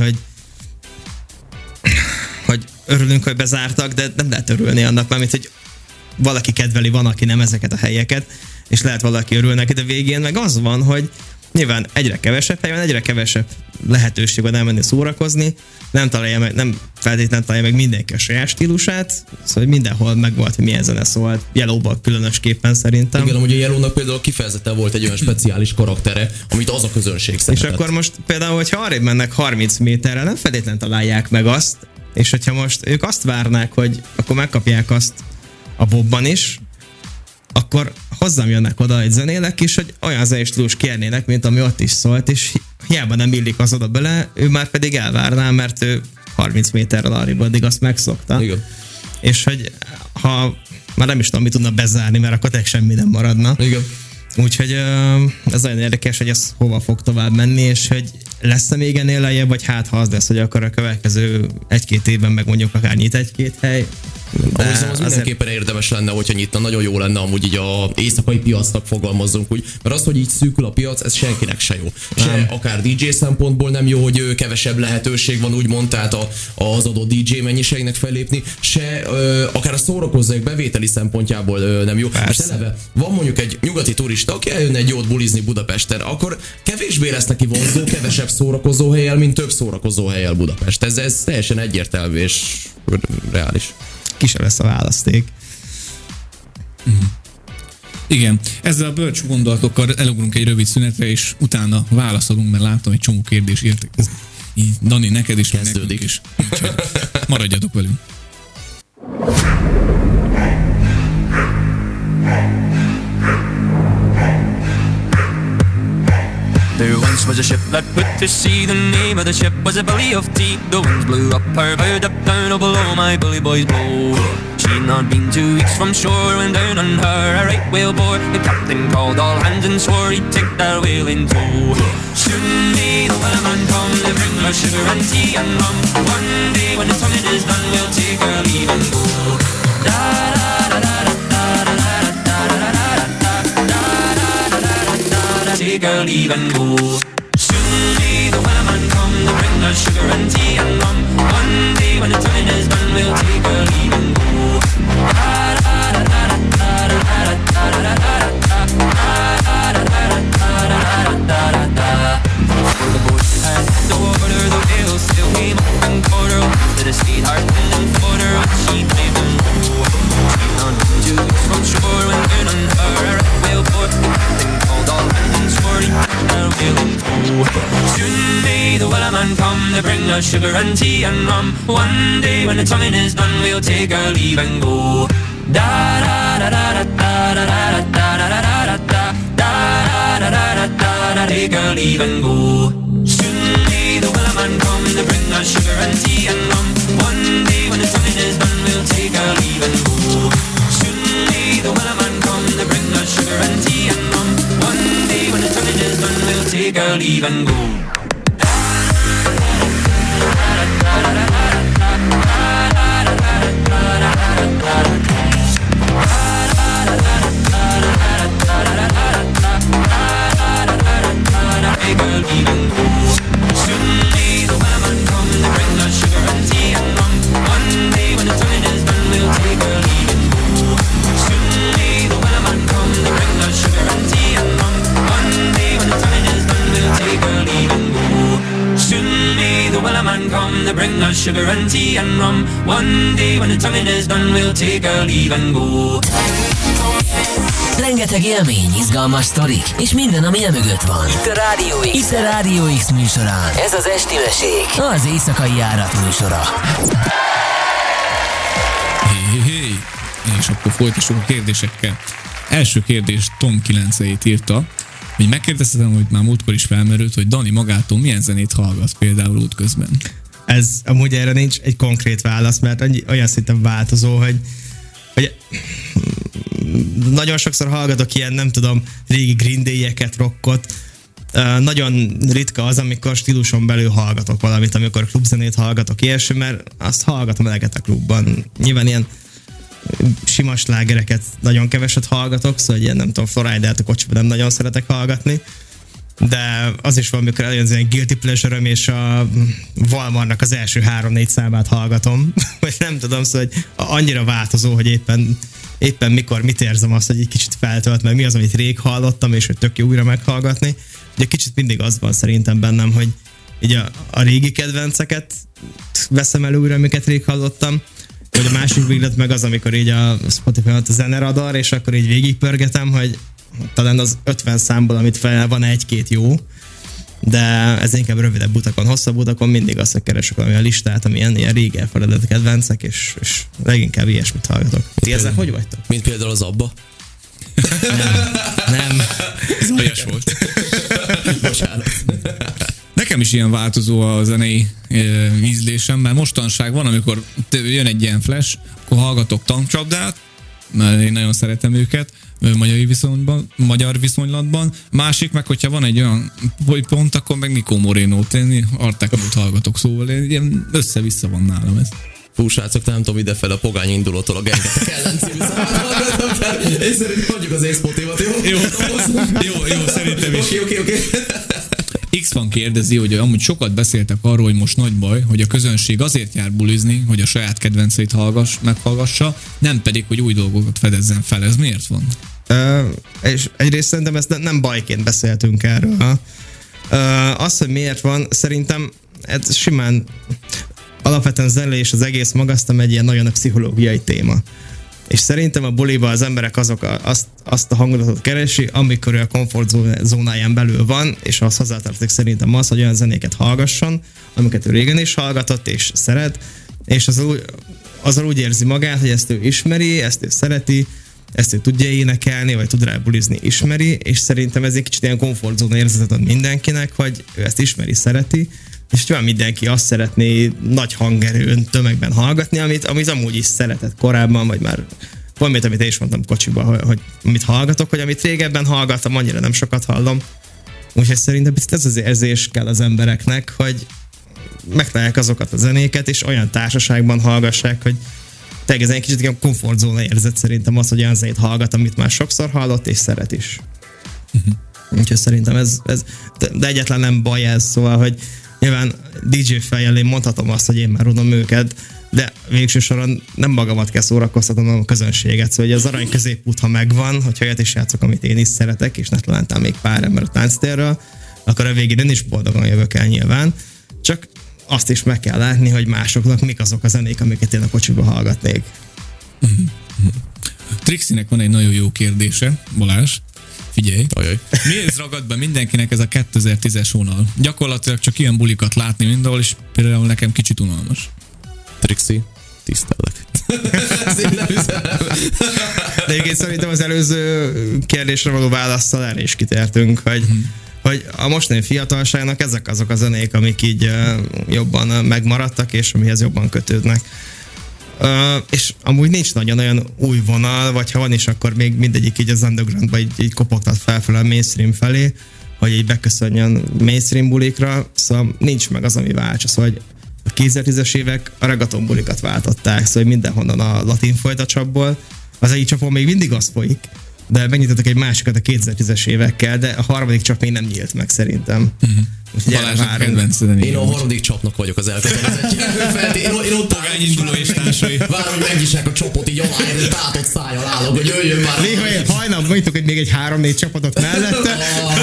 S4: hogy örülünk, hogy bezártak, de nem lehet örülni annak, mert hogy valaki kedveli, van, aki nem ezeket a helyeket, és lehet valaki örül neki, de végén meg az van, hogy nyilván egyre kevesebb hely van, egyre kevesebb lehetőség van elmenni szórakozni, nem feltétlenül találja meg mindenki a saját stílusát, szóval hogy mindenhol megvolt, hogy milyen zene szólt, Yellowban különösképpen szerintem.
S3: Igen, amúgy a Yellownak például kifejezetten volt egy olyan speciális karaktere, amit az a közönség szeretett.
S4: És akkor most például, hogyha arrébb mennek 30 méterre, nem feltétlenül találják meg azt, és hogyha most ők azt várnák, hogy akkor megkapják azt a Bobban is, akkor hozzám jönnek oda egy zenélek is, hogy olyan zenei stílus kérnének, mint ami ott is szólt, és hiába nem illik az oda bele, ő már pedig elvárná, mert ő 30 méterrel arrébb addig azt megszokta.
S3: Igen.
S4: És hogy ha már nem is tudom, mit tudna bezárni, mert akkor tényleg semmi nem maradna.
S3: Igen.
S4: Úgyhogy ez nagyon érdekes, hogy ez hova fog tovább menni, és hogy lesz-e még ennél lejjebb, vagy hát ha az lesz, hogy akkor a következő 1-2 évben meg mondjuk akár nyit 1-2 hely.
S3: Ahogy az mindenképpen érdemes lenne, hogyha nyitna, nagyon jó lenne amúgy így a éjszakai piacnak fogalmazzunk úgy, mert az, hogy így szűkül a piac, ez senkinek se jó. Se akár DJ szempontból nem jó, hogy kevesebb lehetőség van úgymond, tehát az adott DJ mennyiségnek fellépni, se akár a szórakozók bevételi szempontjából nem jó. Most eleve van mondjuk egy nyugati turista, aki eljönne egy jót bulizni Budapesten, akkor kevésbé lesz neki vonzó, kevesebb szórakozóhellyel, mint több szórakozóhellyel Budapest. Ez teljesen egyértelmű és reális.
S4: Ki sem lesz a választék.
S2: Igen, ezzel a bölcs gondolatokkal elugrunk egy rövid szünetre, és utána válaszolunk, mert látom, egy csomó kérdés értek. Így, Dani, neked is,
S3: kezdődik
S2: is. Úgyhogy maradjatok velünk.
S5: There once was a ship that put to sea. The name of the ship was a Billy of Tea. The winds blew up her bow, up down, oh below my bully boys blow. She'd not been 2 weeks from shore when down on her a right whale bore. The captain called all hands and swore he'd take that whale in tow. Soon may the wellerman come to bring her sugar and tea and rum. One day when the tonguing is done, we'll take our leave and go. Da da da da da da da da da da da da da da da da da. Take our leave and go. Soon us sugar and tea and rum. One day when the tonguing is done, we'll take our leave and go. Da da da da da da da da da da da da da da da da da. Take our leave and go. Soon may the Wellerman come to bring us sugar and tea and rum. One day when the tonguing is done, we'll take our leave and go. Soon may the Wellerman come to bring us sugar and tea and rum. One day when the tonguing is done, we'll take our leave and go. Bring us sugar and tea and rum. One day when the tonguing is done, we'll take our leave and go.
S1: Rengeteg élmény, izgalmas sztorik, és minden, ami mögött van. Itt a Rádió X műsorán. Ez az Esti Mesék, az éjszakai járat műsora.
S2: Hé. És akkor folytassuk a kérdésekkel. Első kérdés Tom 9-ét írta, hogy megkérdeztem, hogy már múltkor is felmerült, hogy Dani magától milyen zenét hallgat például útközben.
S4: Ez amúgy erre nincs egy konkrét válasz, mert olyan szinten változó, hogy nagyon sokszor hallgatok ilyen, nem tudom, régi Green Day-eket, rockot. Nagyon ritka az, amikor stíluson belül hallgatok valamit, amikor klubzenét hallgatok, ilyesmi, mert azt hallgatom eleget a klubban. Nyilván ilyen sima slágereket nagyon keveset hallgatok, szóval ilyen, nem tudom, Florida-t a kocsiban nem nagyon szeretek hallgatni. De az is van, amikor eljön az ilyen guilty pleasure-öm, és a Valmarnak az első 3-4 számát hallgatom. Vagy nem tudom, szóval hogy annyira változó, hogy éppen mikor mit érzem azt, hogy egy kicsit feltölt, meg mi az, amit rég hallottam, és hogy tök jó újra meghallgatni. Ugye kicsit mindig az van szerintem bennem, hogy így a régi kedvenceket veszem elő újra, amiket rég hallottam, vagy a másik véglet meg az, amikor így a Spotify-on a zeneradar, és akkor így végigpörgetem, hogy talán az 50 számból, amit fel van egy-két jó, de ez inkább rövidebb utakon, hosszabb utakon mindig azt, hogy keresek valami a listát, ami ilyen régi elfeledett kedvencek, és leginkább ilyesmit hallgatok. Ti ezzel hogy vagytok?
S3: Mint például az Abba?
S4: Nem.
S2: Zajas volt.
S3: Bocsánat.
S2: Nekem is ilyen változó a zenei ízlésem, mert mostanság van, amikor jön egy ilyen flash, akkor hallgatok tankcsapdát, mert én nagyon szeretem őket, magyar viszonylatban. Másik meg, hogyha van egy olyan pont, akkor meg Nico Moreno-t, én Arteknót hallgatok, szóval ilyen össze-vissza van nálam ez.
S3: Fú, srácok, nem tudom, idefele a Pogány indulótól a Gengetek ellen című számát hallgatom fel. Én szerintem hagyjuk az észpotémat, jó?
S2: Jó, szerintem is.
S3: Oké.
S2: X van kérdezi, hogy amúgy sokat beszéltek arról, hogy most nagy baj, hogy a közönség azért jár bulizni, hogy a saját kedvenceit meghallgassa, nem pedig, hogy új dolgokat fedezzen fel. Ez miért van?
S4: És egyrészt szerintem ezt nem bajként beszéltünk erről. Az, hogy miért van, szerintem ez simán alapvetően zenélés az egész magasztam egy ilyen nagyon pszichológiai téma. És szerintem a buliba az emberek azt a hangulatot keresi, amikor a komfortzónáján belül van, és az hozzátartozik szerintem az, hogy olyan zenéket hallgasson, amiket ő régen is hallgatott és szeret, és azzal úgy érzi magát, hogy ezt ő ismeri, ezt ő szereti, ezt ő tudja énekelni, vagy tud rá bulizni, ismeri, és szerintem ez egy kicsit ilyen komfortzóna érzetet ad mindenkinek, hogy ő ezt ismeri, szereti, és nyilván mindenki azt szeretné nagy hangerőn, tömegben hallgatni, amit amúgy is szeretett korábban, vagy már valamit, amit én is mondtam kocsiba, hogy amit hallgatok, hogy amit régebben hallgattam, annyira nem sokat hallom. Úgyhogy szerintem ez az érzés kell az embereknek, hogy megtalálják azokat a zenéket, és olyan társaságban hallgassák, hogy tényleg ez egy kicsit ilyen komfortzóna érzet szerintem az, hogy olyan zenét hallgat, amit már sokszor hallott, és szeret is. Úgyhogy szerintem ez de egyáltalán nem baj ez, szóval, hogy nyilván DJ fejjel én mondhatom azt, hogy én már unom őket, de végső soron nem magamat kell szórakoztatnom a közönséget, szóval az arany középút, ha megvan, hogyha olyat is játszok, amit én is szeretek, és ne talántál még pár ember a tánctérről, akkor a végén én is boldogan jövök el nyilván, csak azt is meg kell látni, hogy másoknak mik azok a zenék, amiket én a kocsiba hallgatnék.
S2: Trixinek van egy nagyon jó kérdése, Balázs. Figyelj.
S3: Ajaj.
S2: Miért ragad be mindenkinek ez a 2010-es vonal? Gyakorlatilag csak ilyen bulikat látni mindenhol, és például nekem kicsit unalmas.
S3: Trixi, tisztelek.
S4: De egyébként szerintem az előző kérdésre való válaszsal erre is kitértünk, hogy a mostani fiatalságnak ezek azok a zenék, amik így jobban megmaradtak, és amihez jobban kötődnek. És amúgy nincs nagyon olyan új vonal, vagy ha van is, akkor még mindegyik így az undergroundba így kopogtat felfelé a mainstream felé, hogy így beköszönjön mainstream bulikra, szóval nincs meg az, ami váltsa. Szóval a 2010-es évek a reggaeton bulikat váltották, szóval mindenhonnan a latin folyt a csapból. Az egyik csapon még mindig az folyik, de megnyitottak egy másikat a 2010-es évekkel, de a harmadik csap még nem nyílt meg szerintem.
S2: Balázsnak kedvenc.
S3: Én a harmadik csapnak vagyok az elkötelezettje. Én ott
S2: induló és társai.
S3: Várom, hogy megnyissák a csapot így aláérni, tátott szájjal állok, hogy jöjjön már.
S4: Néha hajnal mondjuk, hogy még egy 3-4 csapatot mellette.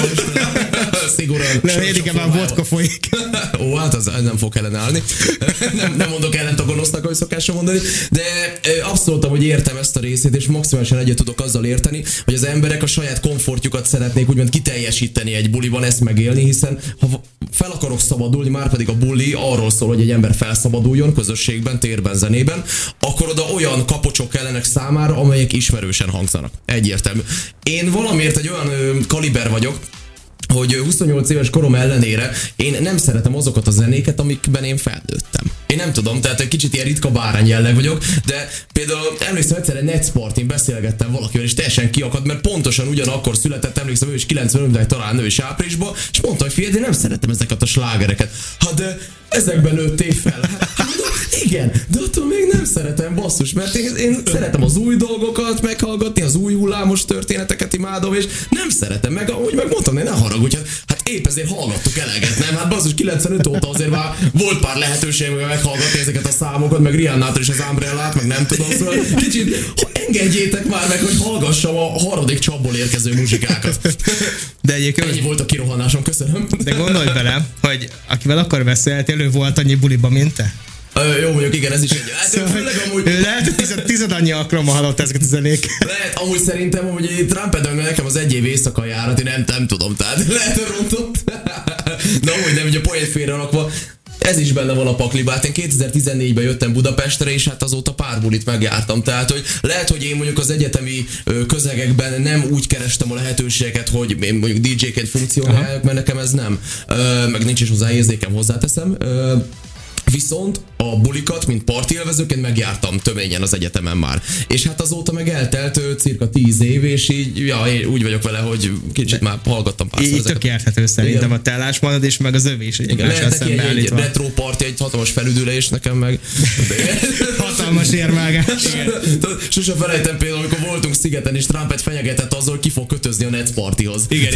S3: Szigorúan.
S4: De egyébként már vodka folyik.
S3: Ó, hát az nem fog ellenállni. Nem mondok ellent a gonosznak, ahogy szokásra mondani, de abszolút, hogy értem ezt a részét, és maximálisan egyet tudok azzal érteni, hogy az emberek a saját komfortjukat szeretnék úgymond kiteljesíteni egy buliban, ezt megélni, hiszen ha fel akarok szabadulni, már pedig a buli arról szól, hogy egy ember felszabaduljon közösségben, térben, zenében, akkor oda olyan kapocsok kellenek számára, amelyek ismerősen hangzanak. Egyértelmű. Én valamiért egy olyan kaliber vagyok, hogy 28 éves korom ellenére én nem szeretem azokat a zenéket, amikben én felnőttem. Én nem tudom, tehát egy kicsit ilyen ritka bárány jelleg vagyok, de például emlékszem egyszer egy Netpartyn beszélgettem valakivel, és teljesen kiakadt, mert pontosan ugyanakkor született, emlékszem, ő is 95-ben, talán ő is áprilisban, és mondta, hogy figyelj, de nem szeretem ezeket a slágereket. Hát de ezekben nőttél fel. Hát, igen, de attól még nem szeretem, basszus, mert én szeretem az új dolgokat meghallgatni, az új hullámos történeteket imádom, és nem szeretem meg, ahogy megmondtam, ne haragudj, hát épp ezért hallgattuk eleget, nem? Hát basszus, 95 óta azért már volt pár lehetőség meghallgatni ezeket a számokat, meg Rihannától is az Umbrellát, meg nem tudom, szóval kicsit engedjétek már meg, hogy hallgassam a harmadik csapból érkező muzsikákat.
S4: De egyébként
S3: ennyi volt a kirohanásom, köszönöm.
S4: De gondolj bele, hogy akivel akkor beszéltél, ő volt annyi buliba, mint te?
S3: Jó, mondjuk igen, ez is egy... Hát
S4: szóval
S3: főleg amúgy...
S4: Ő lehet, hogy tized annyi alkalommal hallott ezeket a zenéket.
S3: Lehet, amúgy szerintem, hogy Trumpedön nekem az egy év éjszaka járat, én nem tudom, tehát lehet, hogy rontott. De amúgy nem, ugye poént félrerakva, ez is benne van a pakliba. Hát én 2014-ben jöttem Budapestre, és hát azóta pár bulit megjártam. Tehát, hogy lehet, hogy én mondjuk az egyetemi közegekben nem úgy kerestem a lehetőségeket, hogy én mondjuk DJ-ként funkcionáljak, mert nekem ez nem. Meg nincs is hozzá érzékem, hozzáteszem. Viszont a bulikat, mint partiélvezőként megjártam töményen az egyetemen már. És hát azóta meg eltelt cirka 10 év, és így én úgy vagyok vele, hogy kicsit már hallgattam párszor
S4: ezeket. Így tök érthető szerintem a te álláspontod és meg az övé is.
S3: Lehet neki egy retro party, egy hatalmas felüdülés nekem meg.
S4: Hatalmas érvágás.
S3: Sose felejtem például, amikor voltunk szigeten, és Trumpet fenyegetett azzal, hogy ki fog kötözni a Netz Partyhoz.
S2: Igen.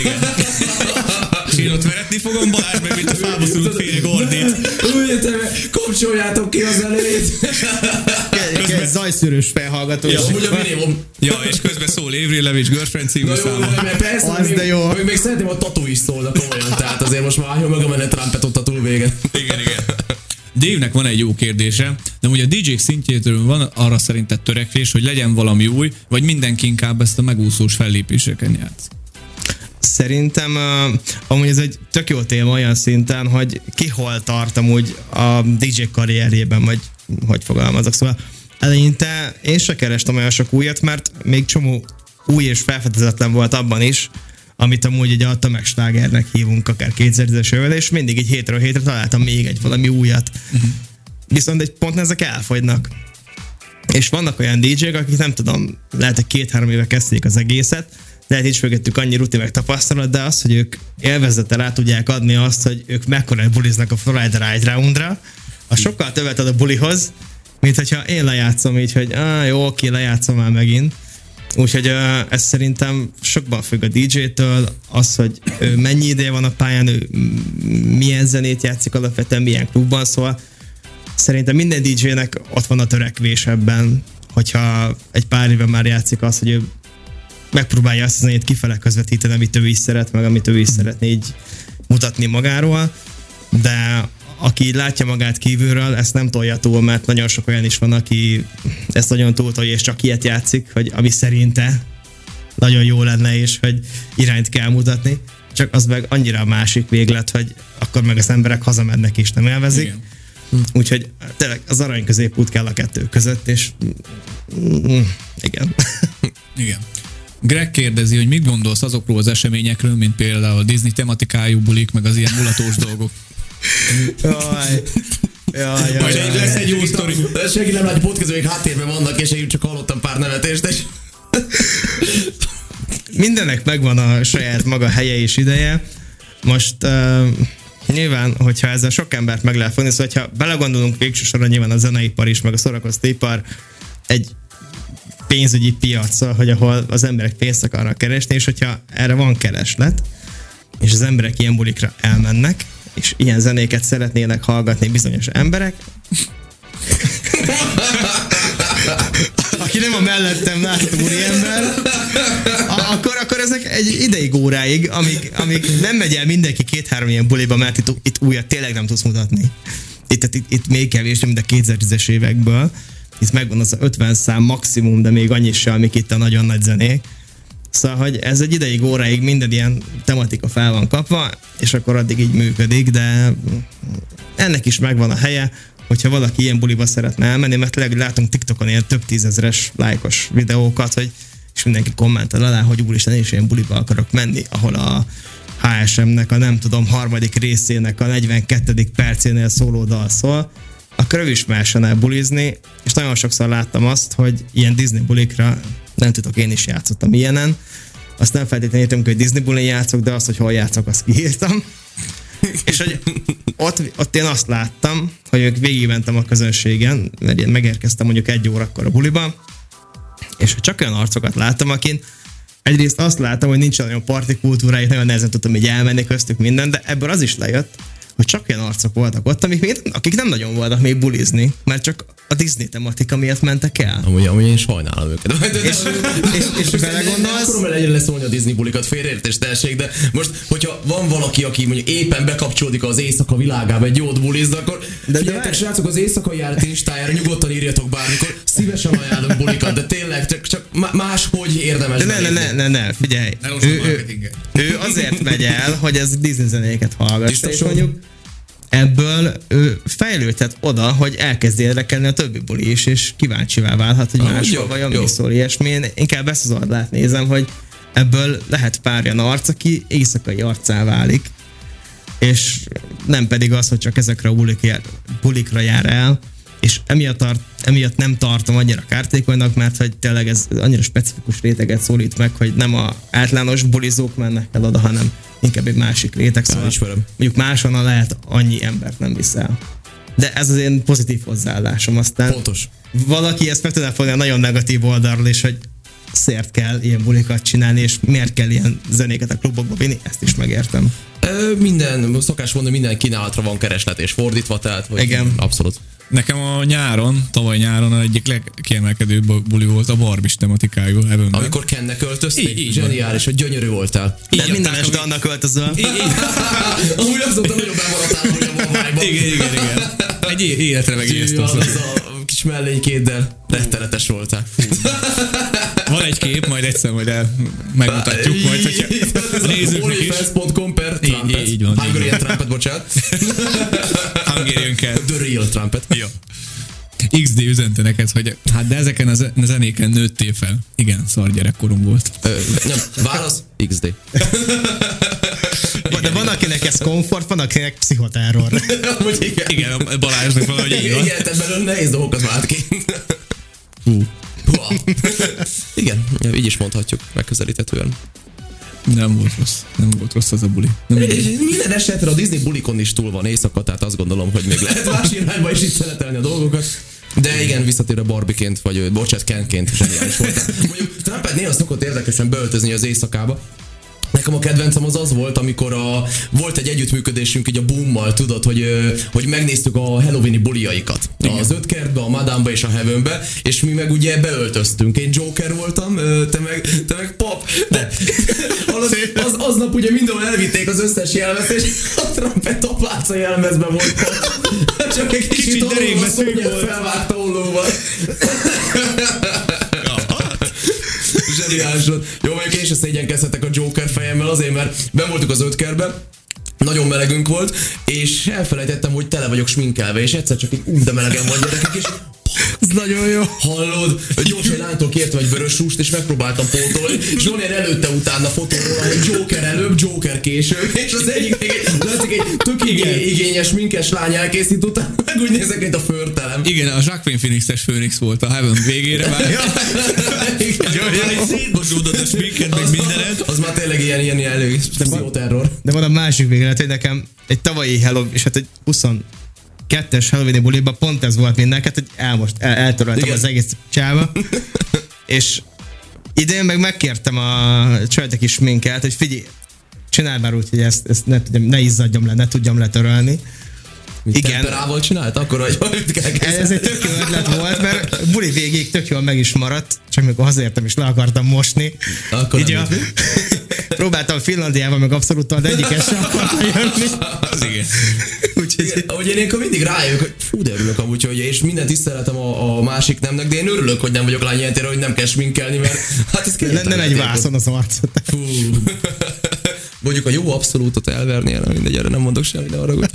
S2: És én ott veretni fogom, Balázs meg mint a fába szülött fénye Gordit.
S3: Kapcsoljátok ki az elejét!
S4: Közben zajszűrős felhallgató.
S3: Ja, ugye minimum.
S2: Ja, és közben szól Avril Lavigne Girlfriend című száma.
S3: Persze,
S4: az de jó.
S3: Még szeretném, a Tatu is szólna komolyan, tehát azért most már álljon meg a menet Trumpet ott a túl vége.
S2: Igen. Dave-nek van egy jó kérdése, de ugye a DJ-k szintjétől van arra szerinted törekvés, hogy legyen valami új, vagy mindenki inkább ezt a megúszós fellépéseken játsz?
S4: Szerintem amúgy ez egy tök jó téma olyan szinten, hogy ki hol tart amúgy a DJ karrierjében, vagy hogy fogalmazok. Szóval eleinte én se kerestem olyan sok újat, mert még csomó új és felfedezetlen volt abban is, amit amúgy egy a tömegslágernek hívunk akár 2010-es évvel, és mindig egy hétről hétre találtam még egy valami újat. Viszont egy pont ezek elfogynak. És vannak olyan DJ-k, akik nem tudom, lehet, hogy 2-3 éve kezdték az egészet, lehet így mögöttük annyi rutin meg tapasztalat, de az, hogy ők élvezettel rá tudják adni azt, hogy ők mekkora buliznak a Friday Ride Roundra, a sokkal többet ad a bulihoz, mint hogyha én lejátszom így, hogy jó, oké, lejátszom már megint. Úgyhogy ez szerintem sokban függ a DJ-től, az, hogy ő mennyi ideje van a pályán, ő milyen zenét játszik alapvetően, milyen klubban, szóval szerintem minden DJ-nek ott van a törekvés ebben, hogyha egy pár éve már játszik az, hogy ő megpróbálja azt a zenét kifele közvetíteni, amit ő is szeret, meg amit ő is szeretné így mutatni magáról, de aki így látja magát kívülről, ezt nem tolja túl, mert nagyon sok olyan is van, aki ezt nagyon túltolja, és csak ilyet játszik, hogy ami szerinte nagyon jó lenne, és hogy irányt kell mutatni, csak az meg annyira a másik véglet, hogy akkor meg az emberek hazamennek és nem élvezik. Igen. Úgyhogy tényleg az arany középút kell a kettő között, és igen.
S2: Igen. Greg kérdezi, hogy mit gondolsz azokról az eseményekről, mint például a Disney tematikájú bulik, meg az ilyen mulatós dolgok.
S4: Jaj.
S3: Majd lesz egy jó sztori. Senki nem látja podcastban, még háttérben vannak, és én csak hallottam pár nevetést, és...
S4: Mindennek megvan a saját maga helye és ideje. Most nyilván, hogyha ezzel sok embert meg lehet fogni, szóval hogyha belegondolunk végső soron, nyilván a zeneipar is, meg a szórakoztatóipar egy pénzügyi piac, hogy ahol az emberek pénzt akarnak keresni, és hogyha erre van kereslet, és az emberek ilyen bulikra elmennek, és ilyen zenéket szeretnének hallgatni bizonyos emberek, aki nem a mellettem látható úriember, akkor ezek egy ideig, óráig, amíg nem megy el mindenki 2-3 ilyen buliba, mert itt újat tényleg nem tudsz mutatni. Itt még kevés, mint a 2010-es évekből. Itt megvan az 50 szám maximum, de még annyi sem, amik itt a nagyon nagy zenék. Szóval, hogy ez egy ideig, óráig minden ilyen tematika fel van kapva, és akkor addig így működik, de ennek is megvan a helye, hogyha valaki ilyen buliba szeretne elmenni, mert tényleg látunk TikTokon ilyen több tízezres lájkos videókat, hogy és mindenki kommentel alá, hogy úristen, én is ilyen buliba akarok menni, ahol a HSM-nek a nem tudom, 3. részének a 42. percénél szóló dal szól, akkor ő is mehessen el bulizni, és nagyon sokszor láttam azt, hogy ilyen Disney bulikra, nem tudok, én is játszottam ilyenen, azt nem feltétlenül értem, hogy Disney bulin játszok, de azt, hogy hol játszok, azt kiírtam. És hogy ott én azt láttam, hogy ők végigmentem a közönségen, mert én megérkeztem mondjuk 1 órakor a buliba, és csak olyan arcokat láttam, akin egyrészt azt láttam, hogy nincs olyan parti kultúrájuk, nagyon nehezen tudtam így elmenni köztük minden, de ebből az is lejött, hogy csak olyan arcok voltak ott, akik nem nagyon voltak még bulizni, mert csak a Disney tematika miatt mentek el.
S3: Amúgy én sajnálom őket.
S4: És belegondolsz...
S3: Akarom el egyre leszólni a Disney bulikat, félreértés tessék, de most, hogyha van valaki, aki mondjuk éppen bekapcsolódik az éjszaka világába egy jót bulizni, akkor figyeljetek, srácok, az éjszakai járat Instájára nyugodtan írjatok bármikor, szívesen ajánlom bulikat, de tényleg csak máshogy érdemes.
S4: De ne, figyelj. Ő azért megy el, hogy ez Disney zenéket hallgass, és mondjuk ebből ő fejlődhet oda, hogy elkezd érdekelni a többi buli is, és kíváncsivá válhat, hogy máshol vajon mi szól ilyesmi. Én inkább ezt az oldalát nézem, hogy ebből lehet pár olyan arc, aki éjszakai arccá válik, és nem pedig az, hogy csak ezekre a bulikra jár el, és emiatt nem tartom annyira kártékonynak, mert hogy tényleg ez annyira specifikus réteget szólít meg, hogy nem a általános bulizók mennek el oda, hanem inkább egy másik réteg, szóval mondjuk máshonnan lehet annyi embert nem viszel. De ez az én pozitív hozzáállásom, aztán
S3: pontos.
S4: Valaki ezt meg tudná fogni a nagyon negatív oldalról is, hogy szért kell ilyen bulikat csinálni, és miért kell ilyen zenéket a klubokba vinni, ezt is megértem.
S3: Minden, szokás mondani, minden kínálatra van kereslet, és fordítva, tehát hogy
S4: igen.
S3: Abszolút.
S2: Nekem tavaly nyáron egyik legkiemelkedőbb buli volt a Barbie tematikájú Heavenben.
S3: Amikor Kennek költözték? Zseniális, hogy gyönyörű voltál.
S4: De minden este annak költözöl.
S3: Amúgy azóta nagyon bemaradtál, hogy a Hawaii-ban.
S2: Igen. Egy életre megijesztő.
S3: Az a kis mellénykéddel rettenetes voltál.
S2: Van egy kép, majd egyszer megmutatjuk, majd hogyha nézőknek is.
S3: Onlyfans.com/Trumpet.
S2: Így van.
S3: Hungarian Trumpet, bocsánat.
S2: Hungarian kell.
S3: The real Trumpet.
S2: Jó. XD üzente neked, hogy hát de ezeken a zenéken nőttél fel. Igen, szar gyerekkorom volt.
S3: Nem, válasz XD.
S4: De van, akinek ez komfort, van, akinek pszichoterror.
S2: Igen, a Balázsnak valahogy így van.
S3: Igen, tehát belőle nehéz dolgokat vált ki. Igen, így is mondhatjuk, megközelíthetően.
S2: Nem volt rossz az a buli.
S3: Minden esetre a Disney bulikon is túl van éjszaka, tehát azt gondolom, hogy még lehet más irányba is itt szeletelni a dolgokat. De igen, visszatér a Barbie-ként, vagy Kenként zseniális volt. Mondjuk Trumpet néha szokott érdekesen beöltözni az éjszakába. Nekem a kedvencem az volt, amikor volt egy együttműködésünk így a Boommal, tudod, hogy megnéztük a Halloween-i buliaikat. Igen. Az 5 kertbe, a Madame-ba és a Heavenbe, és mi meg ugye beöltöztünk. Én Joker voltam, te meg pap. De aznap ugye mindenhol elvitték az összes jelmezt, és a Trumpet apáca jelmezben volt pap. Csak egy kicsit derékbe szűk volt. Felvágta ollóval. Óriás volt. Jó, mondjuk én se szégyenkezhetek a Joker fejemmel azért, mert ben voltunk az 5 kertben, nagyon melegünk volt, és elfelejtettem, hogy tele vagyok sminkelve, és egyszer csak így de melegen van gyerekek, és
S4: Ez nagyon jó.
S3: hallod, gyorsan egy lánytól kértem egy vörös húst, és megpróbáltam pótolni, és Zsonier előtte utána fotóról, hogy Joker előbb, Joker később, és az egyik látszik egy tök igényes, minkes lány elkészít utána, meg úgy nézek, mint a förtelem.
S2: Igen, a Joaquin Phoenixes Phoenix volt a Heaven végére már. Szétmosódott a sminket, meg mindened.
S3: Az már tényleg ilyen elő, pszichoterror.
S4: De van a másik véglet, hogy nekem egy tavalyi Halloween, és hát egy 22-es Halloween-i buliban pont ez volt mindenket, hogy eltöröltem az egész csába. És idén meg megkértem a csajtek is minket, hogy figyelj, csinálj már úgy, hogy ezt ne izzadjam le, ne tudjam letörölni. Igen.
S3: Temperával csinált? Akkor, hogy
S4: ez egy tök jó ötlet volt, mert buli végig tök jól meg is maradt, csak mikor hazaértem és le akartam mosni.
S3: Akkor
S4: így próbáltam Finlandiával, meg abszolút, de egyikes sem akartam jönni.
S2: Az igen.
S4: Úgyhogy
S3: ahogy én ilyenkor mindig rájövök, hogy fú, de örülök amúgy, hogy és mindent tiszteletem a másik nemnek, de én örülök, hogy nem vagyok lány ilyen térre, hogy nem kell sminkelni, mert hát ez
S4: nem egy vászon az arcot.
S3: Fú. Mondjuk a jó abszolútot elverni, mindegy, erre nem mondok semmit, ne haragudj.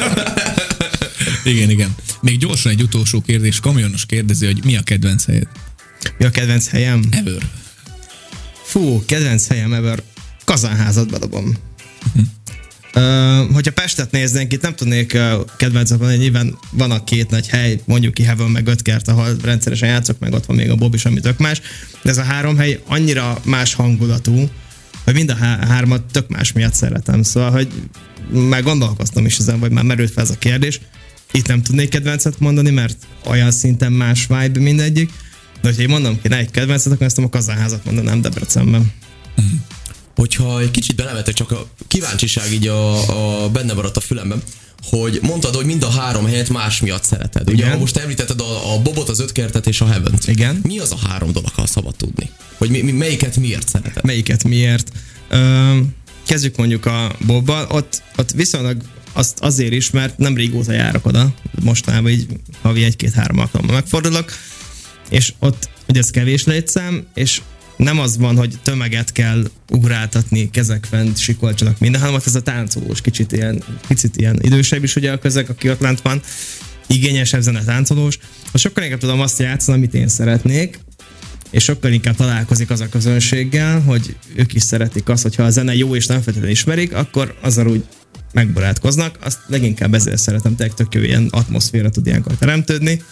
S2: Igen. Még gyorsan egy utolsó kérdés. Kamionos kérdezi, hogy mi a kedvenc helyed?
S4: Mi a kedvenc helyem?
S2: Ever.
S4: Fú, kedvenc helyem ever. Kazánházat bedobom. Hogyha Pestet néznénk, itt nem tudnék kedvencet mondani, nyilván van a két nagy hely, mondjuk ki Heaven meg 5 kert, ahol rendszeresen játszok, meg ott van még a Bob is, ami tök más, de ez a 3 hely annyira más hangulatú, hogy mind a 3-at tök más miatt szeretem. Szóval, hogy már gondolkoztam is ezen, vagy már merült fel ez a kérdés. Itt nem tudnék kedvencet mondani, mert olyan szinten más vibe mindegyik, de hogyha én mondom kéne egy kedvencet, akkor ezt a Kazánházat mondanám Debrecenben.
S3: Hogyha egy kicsit belemetek, csak a kíváncsiság így a benne maradt a fülemben, hogy mondtad, hogy mind a 3 helyet más miatt szereted.
S4: Igen.
S3: Ugye most említetted a Bobot, az 5 kertet és a Heavent.
S4: Igen.
S3: Mi az a 3 dolog, ha szabad tudni? Hogy melyiket miért szereted?
S4: Melyiket miért? Kezdjük mondjuk a Bobbal, ott viszonylag azt azért is, mert nem régóta járok oda, mostanában így havi 1-2-3 alkalommal megfordulok, és ott ugye ez kevés létszám, és nem az van, hogy tömeget kell ugráltatni, kezek fent, sikolcsanak minden, hanem ez a táncolós, picit ilyen idősebb is ugye a közeg, aki ott lent van, igényesebb zene táncolós. Sokkal inkább tudom azt játszani, amit én szeretnék, és sokkal inkább találkozik az a közönséggel, hogy ők is szeretik azt, hogyha a zene jó és nem feltétlenül ismerik, akkor azzal úgy megbarátkoznak. Azt leginkább ezért szeretem, tök jó ilyen atmoszféra tud ilyenkor teremtődni.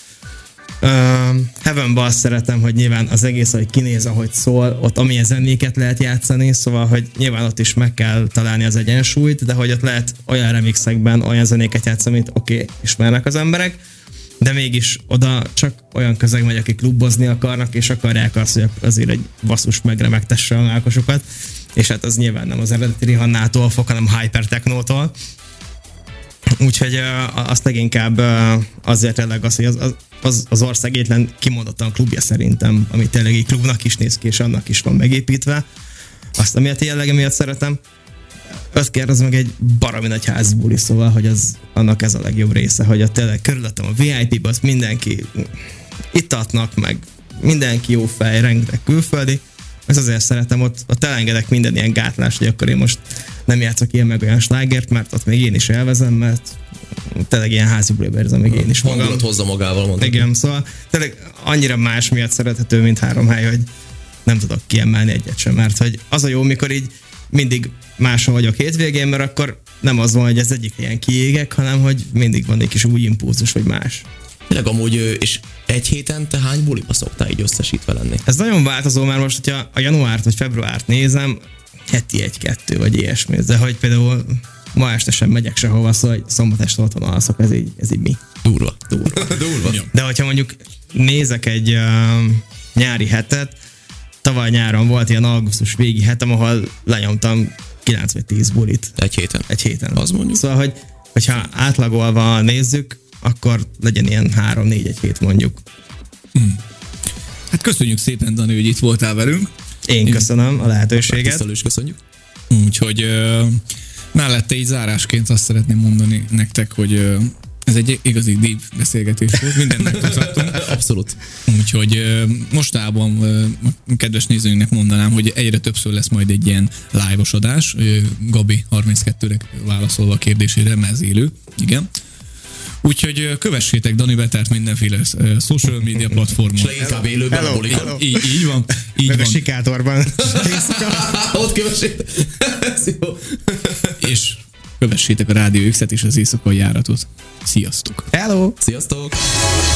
S4: Heavenben azt szeretem, hogy nyilván az egész, ahogy kinéz, ahogy szól, ott amilyen zenéket lehet játszani, szóval, hogy nyilván ott is meg kell találni az egyensúlyt, de hogy ott lehet olyan remixekben olyan zenéket játszani, amit oké, ismernek az emberek, de mégis oda csak olyan közeg megy, akik klubozni akarnak, és akarják azt, hogy azért egy basszus megremegtesse a mákosokat, és hát az nyilván nem az eredeti Rihannától fog, hanem hypertechnótól. Úgyhogy azt leginkább azért tényleg az, hogy az ország egyetlen kimondottan klubja szerintem, ami tényleg egy klubnak is néz ki, és annak is van megépítve. Azt amiatt jellege miatt szeretem. 5 kert az meg egy baromi nagy házbuli, szóval, hogy annak ez a legjobb része, hogy a tényleg körülöttem a VIP-ben, azt mindenki itatnak, meg mindenki jó fej, rengeteg külföldi. Ez azért szeretem, ott elengedek minden ilyen gátlást, hogy akkor én most nem játszok ilyen meg olyan slágert, mert ott még én is elvezem, mert tényleg ilyen házi buliba érzem még én is magam.
S3: Hangulat hozza magával, mondtam.
S4: Igen, szóval tényleg annyira más miatt szerethető, mint 3 hely, hogy nem tudok kiemelni egyet sem, mert hogy az a jó, mikor így mindig máshol vagyok hétvégén, mert akkor nem az van, hogy ez egyik helyen kiégek, hanem hogy mindig van egy kis új impulzus, vagy más.
S3: Tényleg amúgy, és egy héten te hány buliba szoktál így összesítve lenni?
S4: Ez nagyon változó, mert most, hogyha a januárt vagy februárt nézem, heti 1-2 vagy ilyesmi, de hogy például ma este sem megyek sehova, szóval szombat este otthon alszok, ez így mi?
S3: Durva.
S4: De hogyha mondjuk nézek egy nyári hetet, tavaly nyáron volt ilyen augusztus végi hetem, ahol lenyomtam 9 vagy 10 bulit.
S3: Egy héten. Az mondjuk.
S4: Szóval, hogyha átlagolva nézzük, akkor legyen ilyen 3-4 egy hét mondjuk.
S2: Hát köszönjük szépen, Dani, hogy itt voltál velünk.
S4: Én köszönöm a lehetőséget.
S3: Tisztelő is köszönjük.
S2: Úgyhogy mellette így zárásként azt szeretném mondani nektek, hogy Ez egy igazi deep beszélgetés volt, mindent megtudhattunk.
S3: Abszolút.
S2: Úgyhogy mostában kedves nézőinknek mondanám, hogy egyre többször lesz majd egy ilyen live-os adás. Gabi 32-re válaszolva a kérdésére, mert ez élő. Igen. Úgyhogy kövessétek Dani Betert mindenféle social media platformon.
S3: És leginkább élőben a bulikon.
S2: Így van. Így
S4: meg
S2: van.
S4: a sikátorban.
S3: Ott kövessétek. Ez jó.
S2: És kövessétek a Rádió X-et és az éjszakai járatot. Sziasztok!
S4: Hello!
S3: Sziasztok!